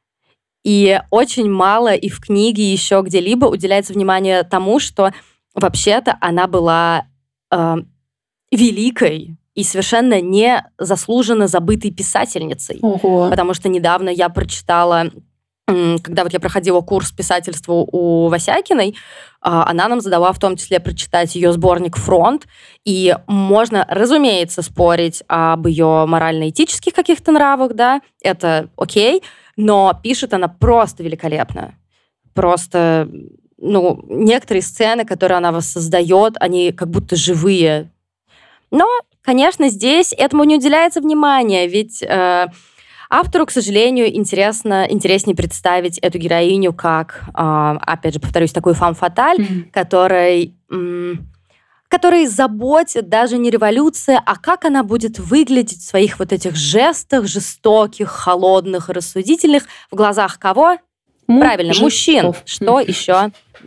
Speaker 2: И очень мало и в книге, и еще где-либо уделяется внимание тому, что вообще-то она была э, великой и совершенно незаслуженно забытой писательницей.
Speaker 1: Ого.
Speaker 2: Потому что недавно я прочитала, э, когда вот я проходила курс писательства у Васякиной, э, она нам задала в том числе прочитать ее сборник «Фронт». И можно, разумеется, спорить об ее морально-этических каких-то нравах, да, это окей, но пишет она просто великолепно. Просто, ну, некоторые сцены, которые она воссоздает, они как будто живые. Но, конечно, здесь этому не уделяется внимания, ведь э, автору, к сожалению, интересно, интереснее представить эту героиню как, э, опять же, повторюсь, такую фам-фаталь, mm-hmm. которой... М- которые заботит даже не революция, а как она будет выглядеть в своих вот этих жестах, жестоких, холодных, рассудительных, в глазах кого?
Speaker 1: Мужиков.
Speaker 2: Правильно, мужчин. Что еще?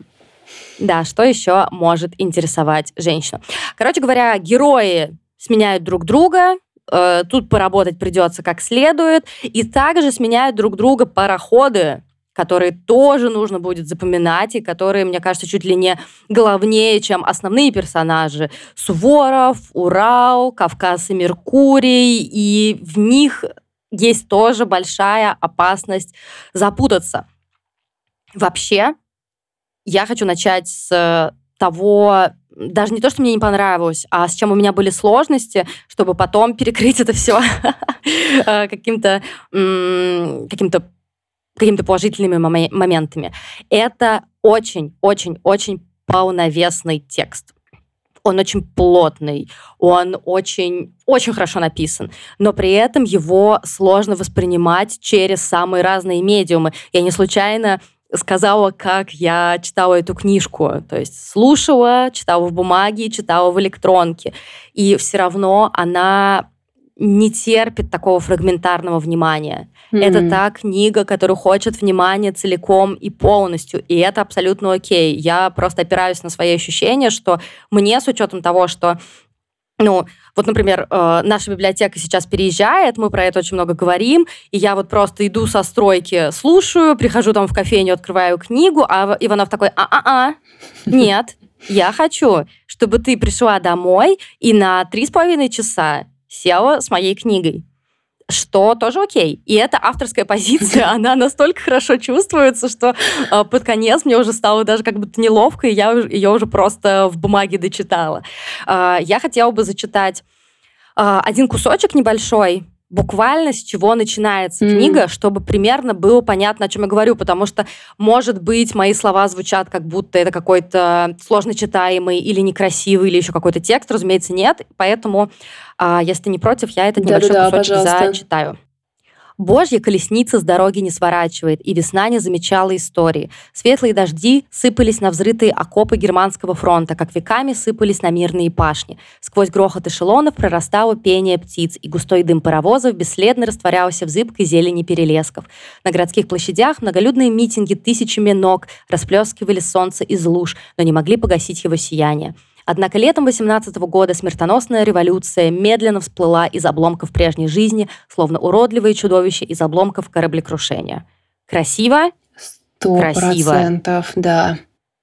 Speaker 2: Да, что еще может интересовать женщину? Короче говоря, герои сменяют друг друга, э, тут поработать придется как следует, и также сменяют друг друга пароходы, которые тоже нужно будет запоминать, и которые, мне кажется, чуть ли не главнее, чем основные персонажи. Суворов, Урал, Кавказ и Меркурий, и в них есть тоже большая опасность запутаться. Вообще, я хочу начать с того, даже не то, что мне не понравилось, а с чем у меня были сложности, чтобы потом перекрыть это все каким-то каким-то какими-то положительными моментами. Это очень-очень-очень полновесный текст. Он очень плотный, он очень, очень хорошо написан, но при этом его сложно воспринимать через самые разные медиумы. Я не случайно сказала, как я читала эту книжку. То есть слушала, читала в бумаге, читала в электронке. И все равно она не терпит такого фрагментарного внимания. Mm-hmm. Это та книга, которая хочет внимания целиком и полностью, и это абсолютно окей. Я просто опираюсь на свои ощущения, что мне, с учетом того, что, ну, вот, например, э, наша библиотека сейчас переезжает, мы про это очень много говорим, и я вот просто иду со стройки, слушаю, прихожу там в кофейню, открываю книгу, а Иванов такой: а-а-а, нет, я хочу, чтобы ты пришла домой и на три с половиной часа села с моей книгой, что тоже окей. И эта авторская позиция, она настолько хорошо чувствуется, что э, под конец мне уже стало даже как будто неловко, и я ее уже просто в бумаге дочитала. Э, я хотела бы зачитать э, один кусочек небольшой, буквально с чего начинается mm. книга, чтобы примерно было понятно, о чем я говорю, потому что, может быть, мои слова звучат, как будто это какой-то сложно читаемый или некрасивый, или еще какой-то текст, разумеется, нет. Поэтому, э, если не против, я этот небольшой
Speaker 1: Да-да-да,
Speaker 2: кусочек
Speaker 1: пожалуйста.
Speaker 2: зачитаю. Божья колесница с дороги не сворачивает, и весна не замечала истории. Светлые дожди сыпались на взрытые окопы германского фронта, как веками сыпались на мирные пашни. Сквозь грохот эшелонов прорастало пение птиц, и густой дым паровозов бесследно растворялся в зыбкой зелени перелесков. На городских площадях многолюдные митинги тысячами ног расплескивали солнце из луж, но не могли погасить его сияние. Однако летом восемнадцатого года смертоносная революция медленно всплыла из обломков прежней жизни, словно уродливое чудовище из обломков кораблекрушения. Красиво?
Speaker 1: Сто процентов, да.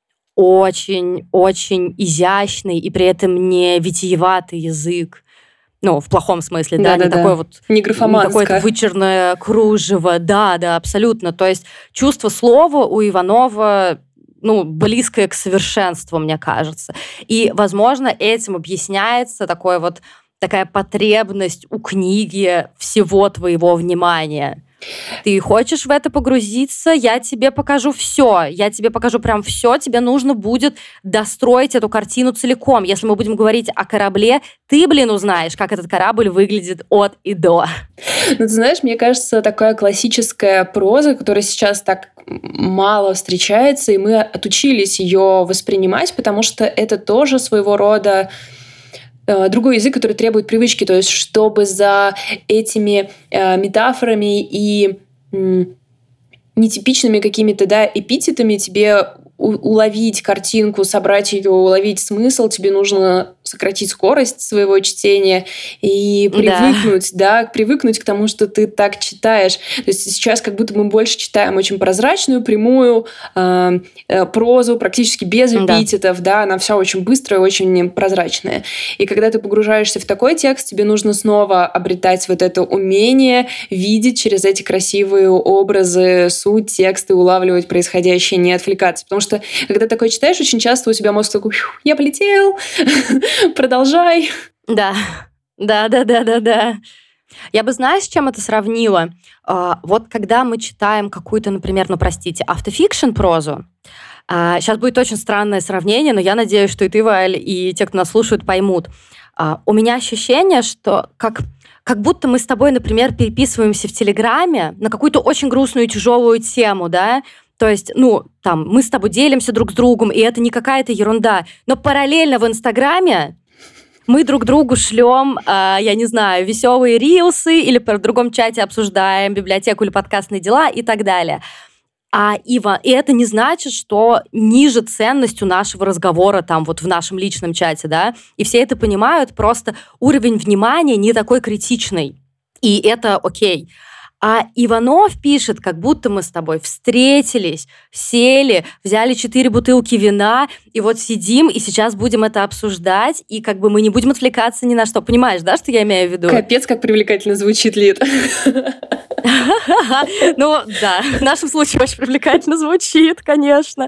Speaker 2: Очень-очень изящный и при этом не витиеватый язык. Ну, в плохом смысле, да, да не да, такое да. вот...
Speaker 1: Не графоманское.
Speaker 2: Не какое-то вычурное кружево. Да, да, абсолютно. То есть чувство слова у Иванова... ну, близкое к совершенству, мне кажется. И, возможно, этим объясняется такой вот, такая потребность у книги всего твоего внимания. Ты хочешь в это погрузиться, я тебе покажу все. Я тебе покажу прям все. Тебе нужно будет достроить эту картину целиком. Если мы будем говорить о корабле, ты, блин, узнаешь, как этот корабль выглядит от и до.
Speaker 1: Ну, ты знаешь, мне кажется, такая классическая проза, которая сейчас так мало встречается, и мы отучились ее воспринимать, потому что это тоже своего рода другой язык, который требует привычки, то есть чтобы за этими э, метафорами и м, нетипичными какими-то, да, эпитетами тебе у- уловить картинку, собрать ее, уловить смысл, тебе нужно сократить скорость своего чтения и привыкнуть, да. да, привыкнуть к тому, что ты так читаешь. То есть сейчас как будто мы больше читаем очень прозрачную, прямую э, э, прозу, практически без эпитетов, да. да, она вся очень быстрая, очень прозрачная. И когда ты погружаешься в такой текст, тебе нужно снова обретать вот это умение видеть через эти красивые образы суть текста, улавливать происходящее, не отвлекаться. Потому что когда такое читаешь, очень часто у тебя мозг такой: я полетел, продолжай.
Speaker 2: Да, да, да, да, да, да. Я бы, знаешь, с чем это сравнила? А, вот когда мы читаем какую-то, например, ну, простите, автофикшн прозу, а, сейчас будет очень странное сравнение, но я надеюсь, что и ты, Валь, и те, кто нас слушают, поймут. А, у меня ощущение, что как... Как будто мы с тобой, например, переписываемся в Телеграме на какую-то очень грустную и тяжелую тему, да? То есть, ну, там, мы с тобой делимся друг с другом, и это не какая-то ерунда. Но параллельно в Инстаграме мы друг другу шлем, э, я не знаю, веселые рилсы или в другом чате обсуждаем библиотеку или подкастные дела и так далее. А Ива, и это не значит, что ниже ценностью нашего разговора там вот в нашем личном чате, да, и все это понимают, просто уровень внимания не такой критичный, и это окей. А Иванов пишет, как будто мы с тобой встретились, сели, взяли четыре бутылки вина, и вот сидим, и сейчас будем это обсуждать, и как бы мы не будем отвлекаться ни на что. Понимаешь, да, что я имею в виду?
Speaker 1: Капец, как привлекательно звучит, Лид.
Speaker 2: Ну, да, в нашем случае очень привлекательно звучит, конечно.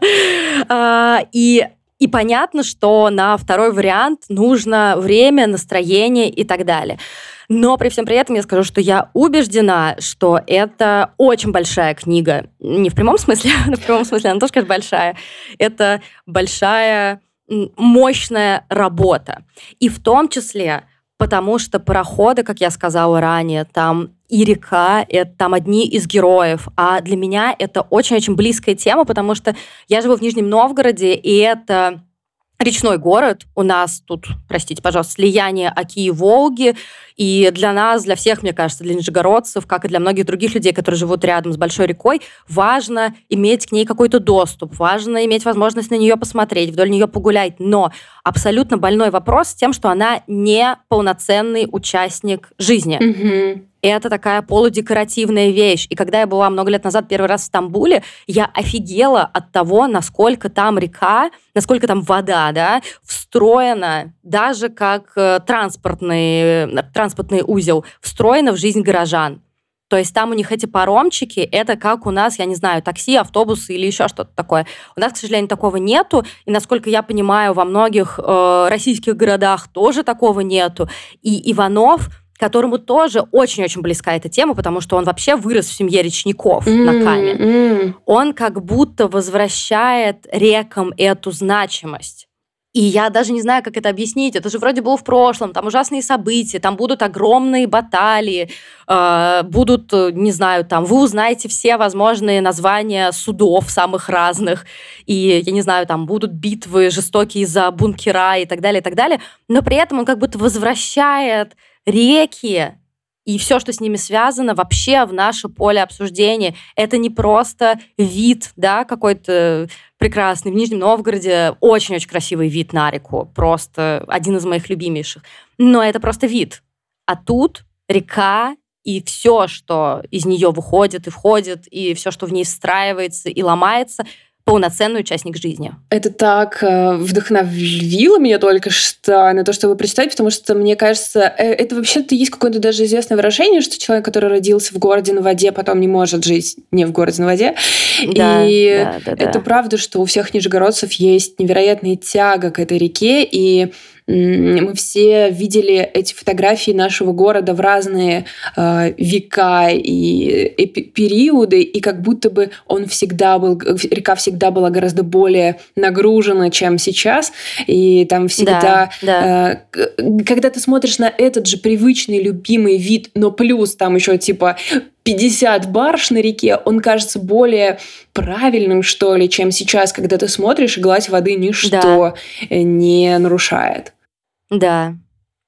Speaker 2: И... И понятно, что на второй вариант нужно время, настроение и так далее. Но при всем при этом я скажу, что я убеждена, что это очень большая книга. Не в прямом смысле, но в прямом смысле она тоже, конечно, большая. Это большая, мощная работа. И в том числе потому, что пароходы, как я сказала ранее, там и река, это там одни из героев. А для меня это очень-очень близкая тема, потому что я живу в Нижнем Новгороде, и это речной город. У нас тут, простите, пожалуйста, слияние Оки и Волги. И для нас, для всех, мне кажется, для нижегородцев, как и для многих других людей, которые живут рядом с большой рекой, важно иметь к ней какой-то доступ, важно иметь возможность на нее посмотреть, вдоль нее погулять. Но абсолютно больной вопрос с тем, что она не полноценный участник жизни.
Speaker 1: Mm-hmm.
Speaker 2: Это такая полудекоративная вещь. И когда я была много лет назад первый раз в Стамбуле, я офигела от того, насколько там река, насколько там вода, да, встроена даже как э, транспортный, транспортный узел, встроена в жизнь горожан. То есть там у них эти паромчики, это как у нас, я не знаю, такси, автобусы или еще что-то такое. У нас, к сожалению, такого нету. И, насколько я понимаю, во многих э, российских городах тоже такого нету. И Иванов, которому тоже очень-очень близка эта тема, потому что он вообще вырос в семье речников mm-hmm. на Каме.
Speaker 1: Mm-hmm.
Speaker 2: Он как будто возвращает рекам эту значимость. И я даже не знаю, как это объяснить. Это же вроде было в прошлом, там ужасные события, там будут огромные баталии, э, будут, не знаю, там вы узнаете все возможные названия судов самых разных, и, я не знаю, там будут битвы жестокие за бункера и так далее, и так далее. Но при этом он как будто возвращает реки и все, что с ними связано, вообще в наше поле обсуждения. Это не просто вид, да, какой-то прекрасный. В Нижнем Новгороде очень-очень красивый вид на реку. Просто один из моих любимейших. Но это просто вид. А тут река и все, что из нее выходит и входит, и все, что в ней встраивается и ломается, полноценный участник жизни.
Speaker 1: Это так э, вдохновило меня только что на то, чтобы прочитать, потому что, мне кажется, э, это вообще-то есть какое-то даже известное выражение, что человек, который родился в городе на воде, потом не может жить не в городе на воде.
Speaker 2: Да,
Speaker 1: и
Speaker 2: да, да,
Speaker 1: это
Speaker 2: да.
Speaker 1: правда, что у всех нижегородцев есть невероятная тяга к этой реке, и мы все видели эти фотографии нашего города в разные э, века и, и периоды, и как будто бы он всегда был, река всегда была гораздо более нагружена, чем сейчас, и там всегда,
Speaker 2: да, да.
Speaker 1: Э, когда ты смотришь на этот же привычный, любимый вид, но плюс там еще типа пятьдесят барж на реке, он кажется более правильным, что ли, чем сейчас, когда ты смотришь, и гладь воды ничто да. не нарушает.
Speaker 2: Да.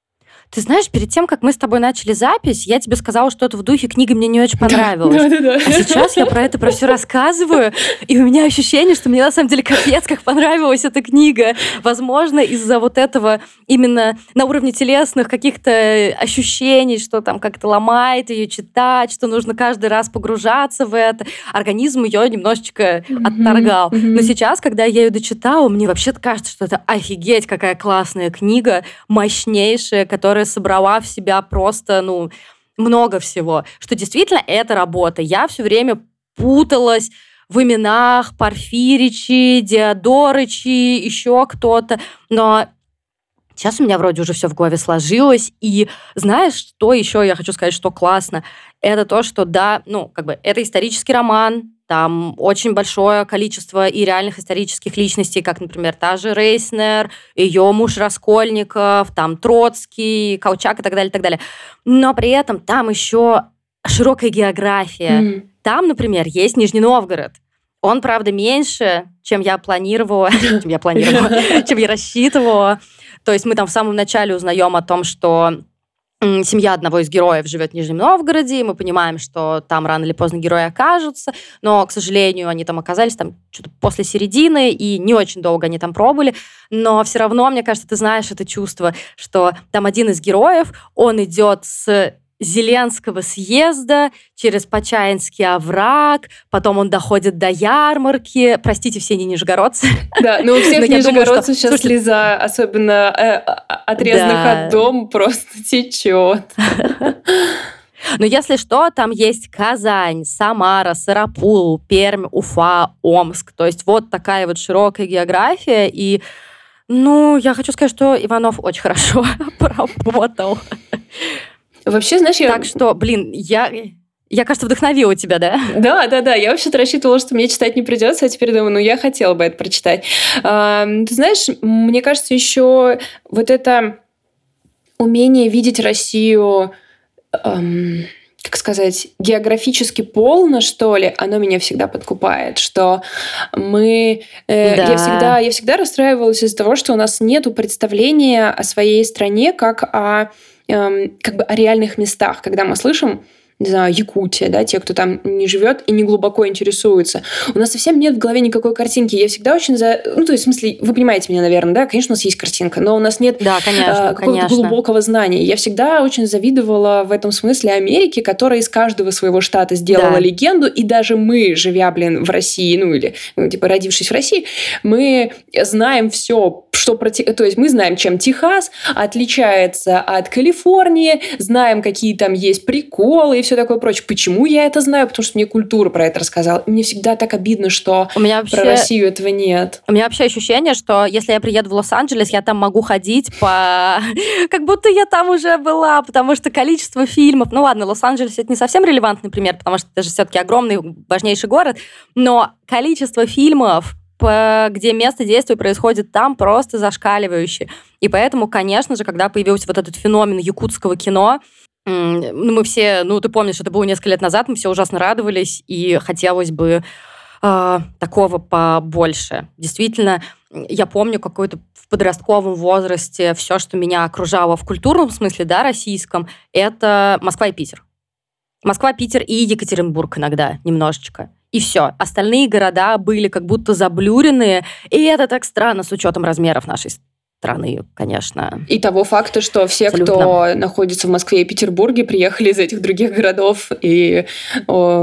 Speaker 2: Ты знаешь, перед тем, как мы с тобой начали запись, я тебе сказала, что это в духе книги мне не очень понравилось.
Speaker 1: Да, да, да, да.
Speaker 2: А сейчас я про это про все рассказываю, и у меня ощущение, что мне на самом деле капец, как понравилась эта книга. Возможно, из-за вот этого именно на уровне телесных каких-то ощущений, что там как-то ломает ее читать, что нужно каждый раз погружаться в это. Организм ее немножечко mm-hmm. отторгал. Mm-hmm. Но сейчас, когда я ее дочитала, мне вообще-то кажется, что это офигеть, какая классная книга, мощнейшая, которая собрала в себя просто, ну, много всего. Что действительно это работа. Я все время путалась в именах Порфиричи, Диодорычи, еще кто-то. Но сейчас у меня вроде уже все в голове сложилось. И знаешь, что еще я хочу сказать, что классно? Это то, что, да, ну, как бы, это исторический роман, там очень большое количество и реальных исторических личностей, как, например, та же Рейснер, ее муж Раскольников, там Троцкий, Колчак и так далее, и так далее. Но при этом там еще широкая география. Mm. Там, например, есть Нижний Новгород. Он, правда, меньше, чем я планировала, чем я планировала, чем я рассчитывала. То есть мы там в самом начале узнаем о том, что семья одного из героев живет в Нижнем Новгороде, и мы понимаем, что там рано или поздно герои окажутся, но, к сожалению, они там оказались там что-то после середины, и не очень долго они там пробыли, но все равно, мне кажется, ты знаешь это чувство, что там один из героев, он идет с Зеленского съезда через Почаинский овраг, потом он доходит до ярмарки. Простите, все не нижегородцы.
Speaker 1: Да, но у всех нижегородцев сейчас слеза, особенно отрезанных от дома, просто течет.
Speaker 2: Но если что, там есть Казань, Самара, Сарапул, Пермь, Уфа, Омск. То есть вот такая вот широкая география. И, ну, я хочу сказать, что Иванов очень хорошо поработал.
Speaker 1: Вообще, знаешь, я...
Speaker 2: Так что, блин, я, я, кажется, вдохновила тебя, да?
Speaker 1: Да, да, да. Я вообще-то рассчитывала, что мне читать не придется, а теперь думаю, ну, я хотела бы это прочитать. А, ты знаешь, мне кажется, еще вот это умение видеть Россию, эм, как сказать, географически полно, что ли, оно меня всегда подкупает, что мы... Э, да. я, всегда, я всегда расстраивалась из-за того, что у нас нету представления о своей стране как о как бы о реальных местах, когда мы слышим, не знаю, Якутия, да, те, кто там не живет и не глубоко интересуется. У нас совсем нет в голове никакой картинки. Я всегда очень за... Ну, то есть, в смысле, вы понимаете меня, наверное, да? Конечно, у нас есть картинка, но у нас нет
Speaker 2: да, конечно,
Speaker 1: а, какого-то
Speaker 2: конечно.
Speaker 1: глубокого знания. Я всегда очень завидовала в этом смысле Америке, которая из каждого своего штата сделала да. легенду, и даже мы, живя, блин, в России, ну, или, ну, типа, родившись в России, мы знаем все, что про... То есть, мы знаем, чем Техас отличается от Калифорнии, знаем, какие там есть приколы и все такое прочее. Почему я это знаю? Потому что мне культура про это рассказала. Мне всегда так обидно, что у меня вообще... про Россию этого нет.
Speaker 2: У меня вообще ощущение, что если я приеду в Лос-Анджелес, я там могу ходить по... как будто я там уже была, потому что количество фильмов... Ну ладно, Лос-Анджелес — это не совсем релевантный пример, потому что это же все-таки огромный, важнейший город, но количество фильмов, где место действия происходит там, просто зашкаливающее. И поэтому, конечно же, когда появился вот этот феномен якутского кино, мы все, ну, ты помнишь, это было несколько лет назад, мы все ужасно радовались, и хотелось бы э, такого побольше. Действительно, я помню какой-то в подростковом возрасте все, что меня окружало в культурном смысле, да, российском, это Москва и Питер. Москва, Питер и Екатеринбург иногда немножечко. И все. Остальные города были как будто заблюренные, и это так странно с учетом размеров нашей страны. страны, конечно.
Speaker 1: И того факта, что все, абсолютно. Кто находится в Москве и Петербурге, приехали из этих других городов и о,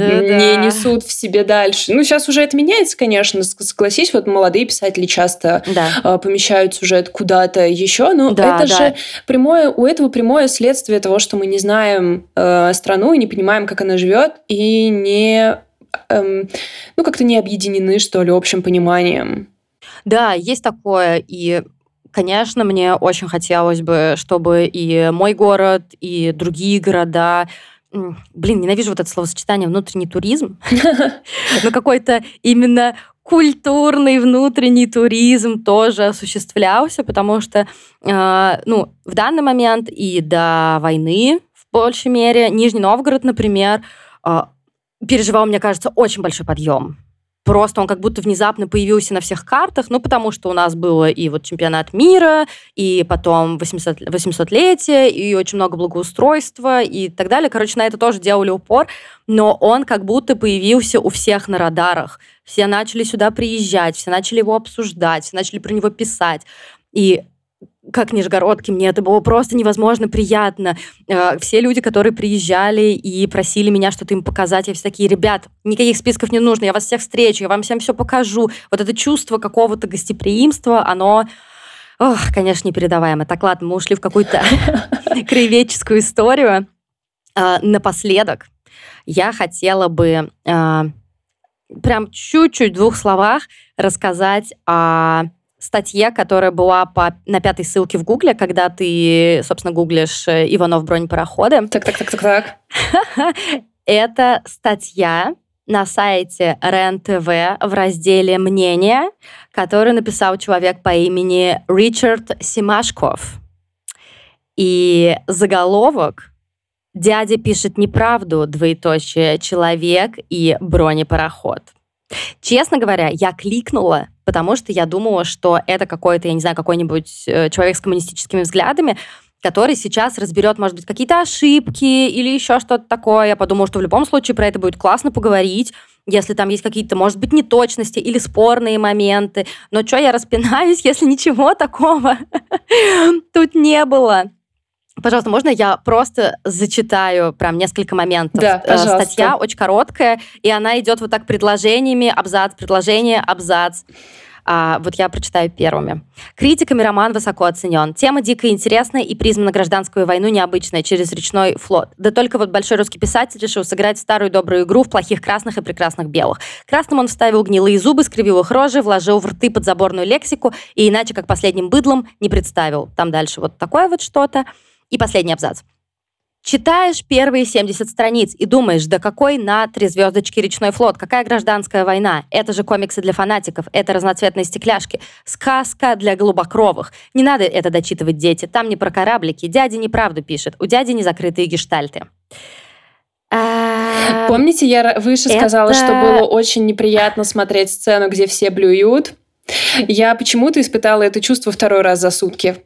Speaker 1: не несут в себе дальше. Ну, сейчас уже это меняется, конечно, согласись, вот молодые писатели часто да. помещают сюжет куда-то еще, но да, это да. же прямое, у этого прямое следствие того, что мы не знаем э, страну и не понимаем, как она живет, и не, э, ну, как-то не объединены, что ли, общим пониманием.
Speaker 2: Да, есть такое, и конечно, мне очень хотелось бы, чтобы и мой город, и другие города... Блин, ненавижу вот это словосочетание «внутренний туризм». Но какой-то именно культурный внутренний туризм тоже осуществлялся, потому что ну, в данный момент и до войны, в большей мере, Нижний Новгород, например, переживал, мне кажется, очень большой подъем. Просто он как будто внезапно появился на всех картах, ну, потому что у нас было и вот чемпионат мира, и потом восьмисотлетие, и очень много благоустройства, и так далее. Короче, на это тоже делали упор, но он как будто появился у всех на радарах. Все начали сюда приезжать, все начали его обсуждать, все начали про него писать. И как нижегородки, мне это было просто невозможно приятно. Все люди, которые приезжали и просили меня что-то им показать, я все такие: ребят, никаких списков не нужно, я вас всех встречу, я вам всем все покажу. Вот это чувство какого-то гостеприимства, оно, ох, конечно, непередаваемо. Так, ладно, мы ушли в какую-то краеведческую историю. Напоследок я хотела бы прям чуть-чуть в двух словах рассказать о статье, которая была по, на пятой ссылке в Гугле, когда ты, собственно, гуглишь Иванов бронепароходы.
Speaker 1: Так, так, так, так, так.
Speaker 2: Это статья на сайте РЕН-ТВ в разделе «Мнения», которую написал человек по имени Ричард Семашков. И заголовок: «Дядя пишет неправду, двоеточие, человек и бронепароход». Честно говоря, я кликнула, потому что я думала, что это какой-то, я не знаю, какой-нибудь человек с коммунистическими взглядами, который сейчас разберет, может быть, какие-то ошибки или еще что-то такое. Я подумала, что в любом случае про это будет классно поговорить, если там есть какие-то, может быть, неточности или спорные моменты. Но что я распинаюсь, если ничего такого тут не было? Пожалуйста, можно я просто зачитаю прям несколько моментов?
Speaker 1: Да, пожалуйста.
Speaker 2: Статья очень короткая, и она идет вот так предложениями, абзац, предложение, абзац. А, вот я прочитаю первыми. Критиками роман высоко оценен. Тема дико интересная и призма на гражданскую войну необычная через речной флот. Да только вот большой русский писатель решил сыграть старую добрую игру в плохих красных и прекрасных белых. Красным он вставил гнилые зубы, скривил их рожи, вложил в рты подзаборную лексику и иначе, как последним быдлом, не представил. Там дальше вот такое вот что-то. И последний абзац. Читаешь первые семьдесят страниц и думаешь, да какой на три звездочки речной флот, какая гражданская война, это же комиксы для фанатиков, это разноцветные стекляшки, сказка для голубокровых. Не надо это дочитывать, дети, там не про кораблики, дядя неправду пишет, у дяди незакрытые гештальты.
Speaker 1: Помните, я выше это... сказала, что было очень неприятно смотреть сцену, где все блюют? Я почему-то испытала это чувство второй раз за сутки.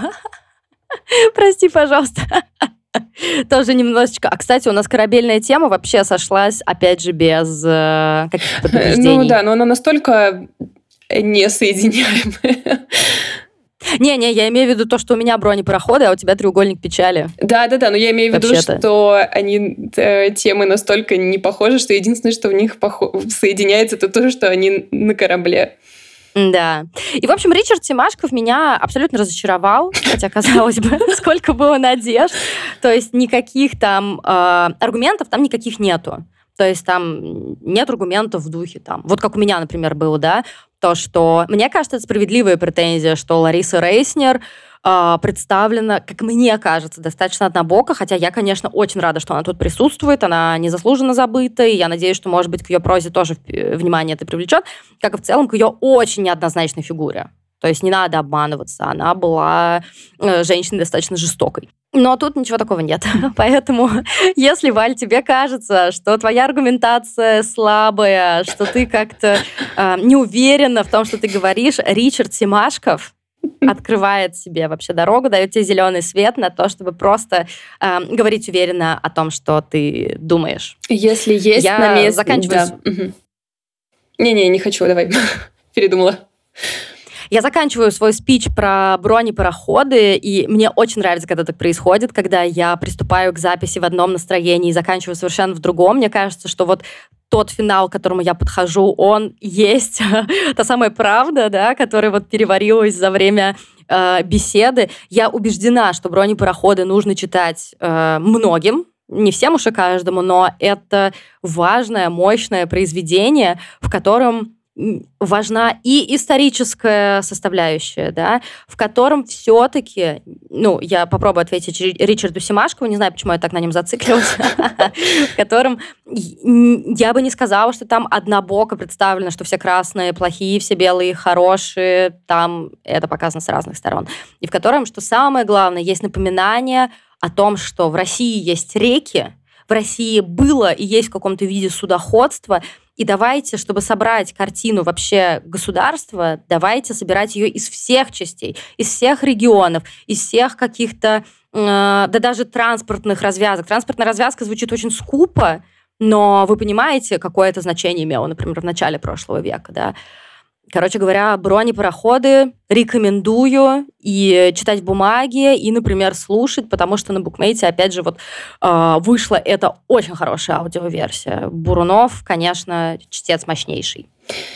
Speaker 2: Прости, пожалуйста. Тоже немножечко. А, кстати, у нас корабельная тема вообще сошлась, опять же, без э, каких-то предупреждений.
Speaker 1: Ну да, но она настолько несоединяемая.
Speaker 2: Не-не, я имею в виду то, что у меня бронепароходы, а у тебя треугольник печали.
Speaker 1: Да-да-да, но я имею в виду,
Speaker 2: Вообще-то.
Speaker 1: что они э, темы настолько не похожи, что единственное, что в них пох- соединяется, это то, что они на корабле.
Speaker 2: Да. И, в общем, Ричард Семашков меня абсолютно разочаровал, хотя, казалось бы, сколько было надежд. То есть никаких там э, аргументов там никаких нету. То есть там нет аргументов в духе там. Вот как у меня, например, было, да, то, что... Мне кажется, это справедливая претензия, что Лариса Рейснер э, представлена, как мне кажется, достаточно однобоко, хотя я, конечно, очень рада, что она тут присутствует, она незаслуженно забыта, и я надеюсь, что, может быть, к ее прозе тоже внимание это привлечет, как и в целом к ее очень неоднозначной фигуре. То есть не надо обманываться, она была э, женщиной достаточно жестокой. Но тут ничего такого нет. Поэтому, если, Валь, тебе кажется, что твоя аргументация слабая, что ты как-то э, не уверена в том, что ты говоришь, Ричард Семашков открывает себе вообще дорогу, дает тебе зеленый свет на то, чтобы просто э, говорить уверенно о том, что ты думаешь.
Speaker 1: Если есть
Speaker 2: Я
Speaker 1: на месте...
Speaker 2: заканчиваю...
Speaker 1: Да. Угу. Не-не, не хочу, давай. Передумала.
Speaker 2: Я заканчиваю свой спич про бронепароходы, и мне очень нравится, когда так происходит, когда я приступаю к записи в одном настроении и заканчиваю совершенно в другом. Мне кажется, что вот тот финал, к которому я подхожу, он есть та самая правда, да, которая вот переварилась за время э, беседы. Я убеждена, что бронепароходы нужно читать э, многим, не всем уж и каждому, но это важное, мощное произведение, в котором важна и историческая составляющая, да, в котором все-таки, ну, я попробую ответить Ричарду Семашкову, не знаю, почему я так на нем зациклилась, в котором я бы не сказала, что там однобоко представлено, что все красные плохие, все белые хорошие, там это показано с разных сторон. И в котором, что самое главное, есть напоминание о том, что в России есть реки, в России было и есть в каком-то виде судоходство, и давайте, чтобы собрать картину вообще государства, давайте собирать ее из всех частей, из всех регионов, из всех каких-то, э, да даже транспортных развязок. Транспортная развязка звучит очень скупо, но вы понимаете, какое это значение имело, например, в начале прошлого века, да. Короче говоря, бронепароходы рекомендую и читать в бумаге, и, например, слушать, потому что на букмейте, опять же, вот э, вышла эта очень хорошая аудиоверсия. Бурунов, конечно, чтец мощнейший.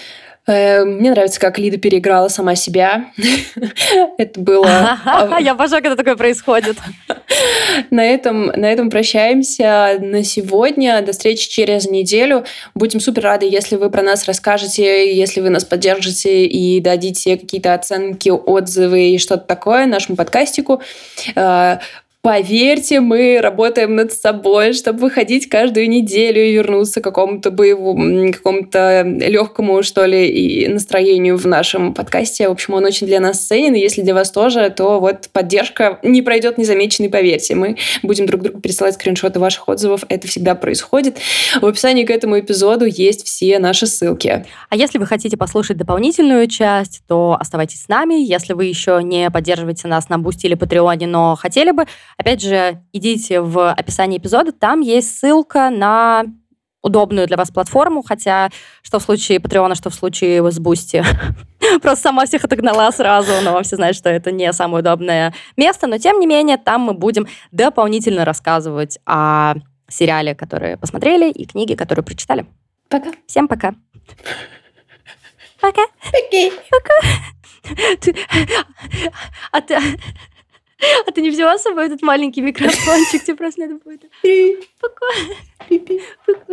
Speaker 1: Мне нравится, как Лида переиграла сама себя. Это было...
Speaker 2: Я обожаю, когда такое происходит.
Speaker 1: На этом, на этом прощаемся на сегодня. До встречи через неделю. Будем супер рады, если вы про нас расскажете, если вы нас поддержите и дадите какие-то оценки, отзывы и что-то такое нашему подкастику. Поверьте, мы работаем над собой, чтобы выходить каждую неделю и вернуться к какому-то боевому, какому-то легкому, что ли, и настроению в нашем подкасте. В общем, он очень для нас ценен, и если для вас тоже, то вот поддержка не пройдет незамеченной, поверьте. Мы будем друг другу присылать скриншоты ваших отзывов, это всегда происходит. В описании к этому эпизоду есть все наши ссылки.
Speaker 2: А если вы хотите послушать дополнительную часть, то оставайтесь с нами. Если вы еще не поддерживаете нас на Бусти или Патреоне, но хотели бы, опять же, идите в описание эпизода, там есть ссылка на удобную для вас платформу, хотя что в случае Патреона, что в случае с Бусти. Просто сама всех отогнала сразу, но все знают, что это не самое удобное место, но тем не менее там мы будем дополнительно рассказывать о сериале, который посмотрели, и книге, которую прочитали.
Speaker 1: Пока.
Speaker 2: Всем пока. Пока.
Speaker 1: Пока.
Speaker 2: Пока. Ты... А ты... А ты не взяла с собой этот маленький микрофончик? Тебе просто надо будет... Пока. Пока.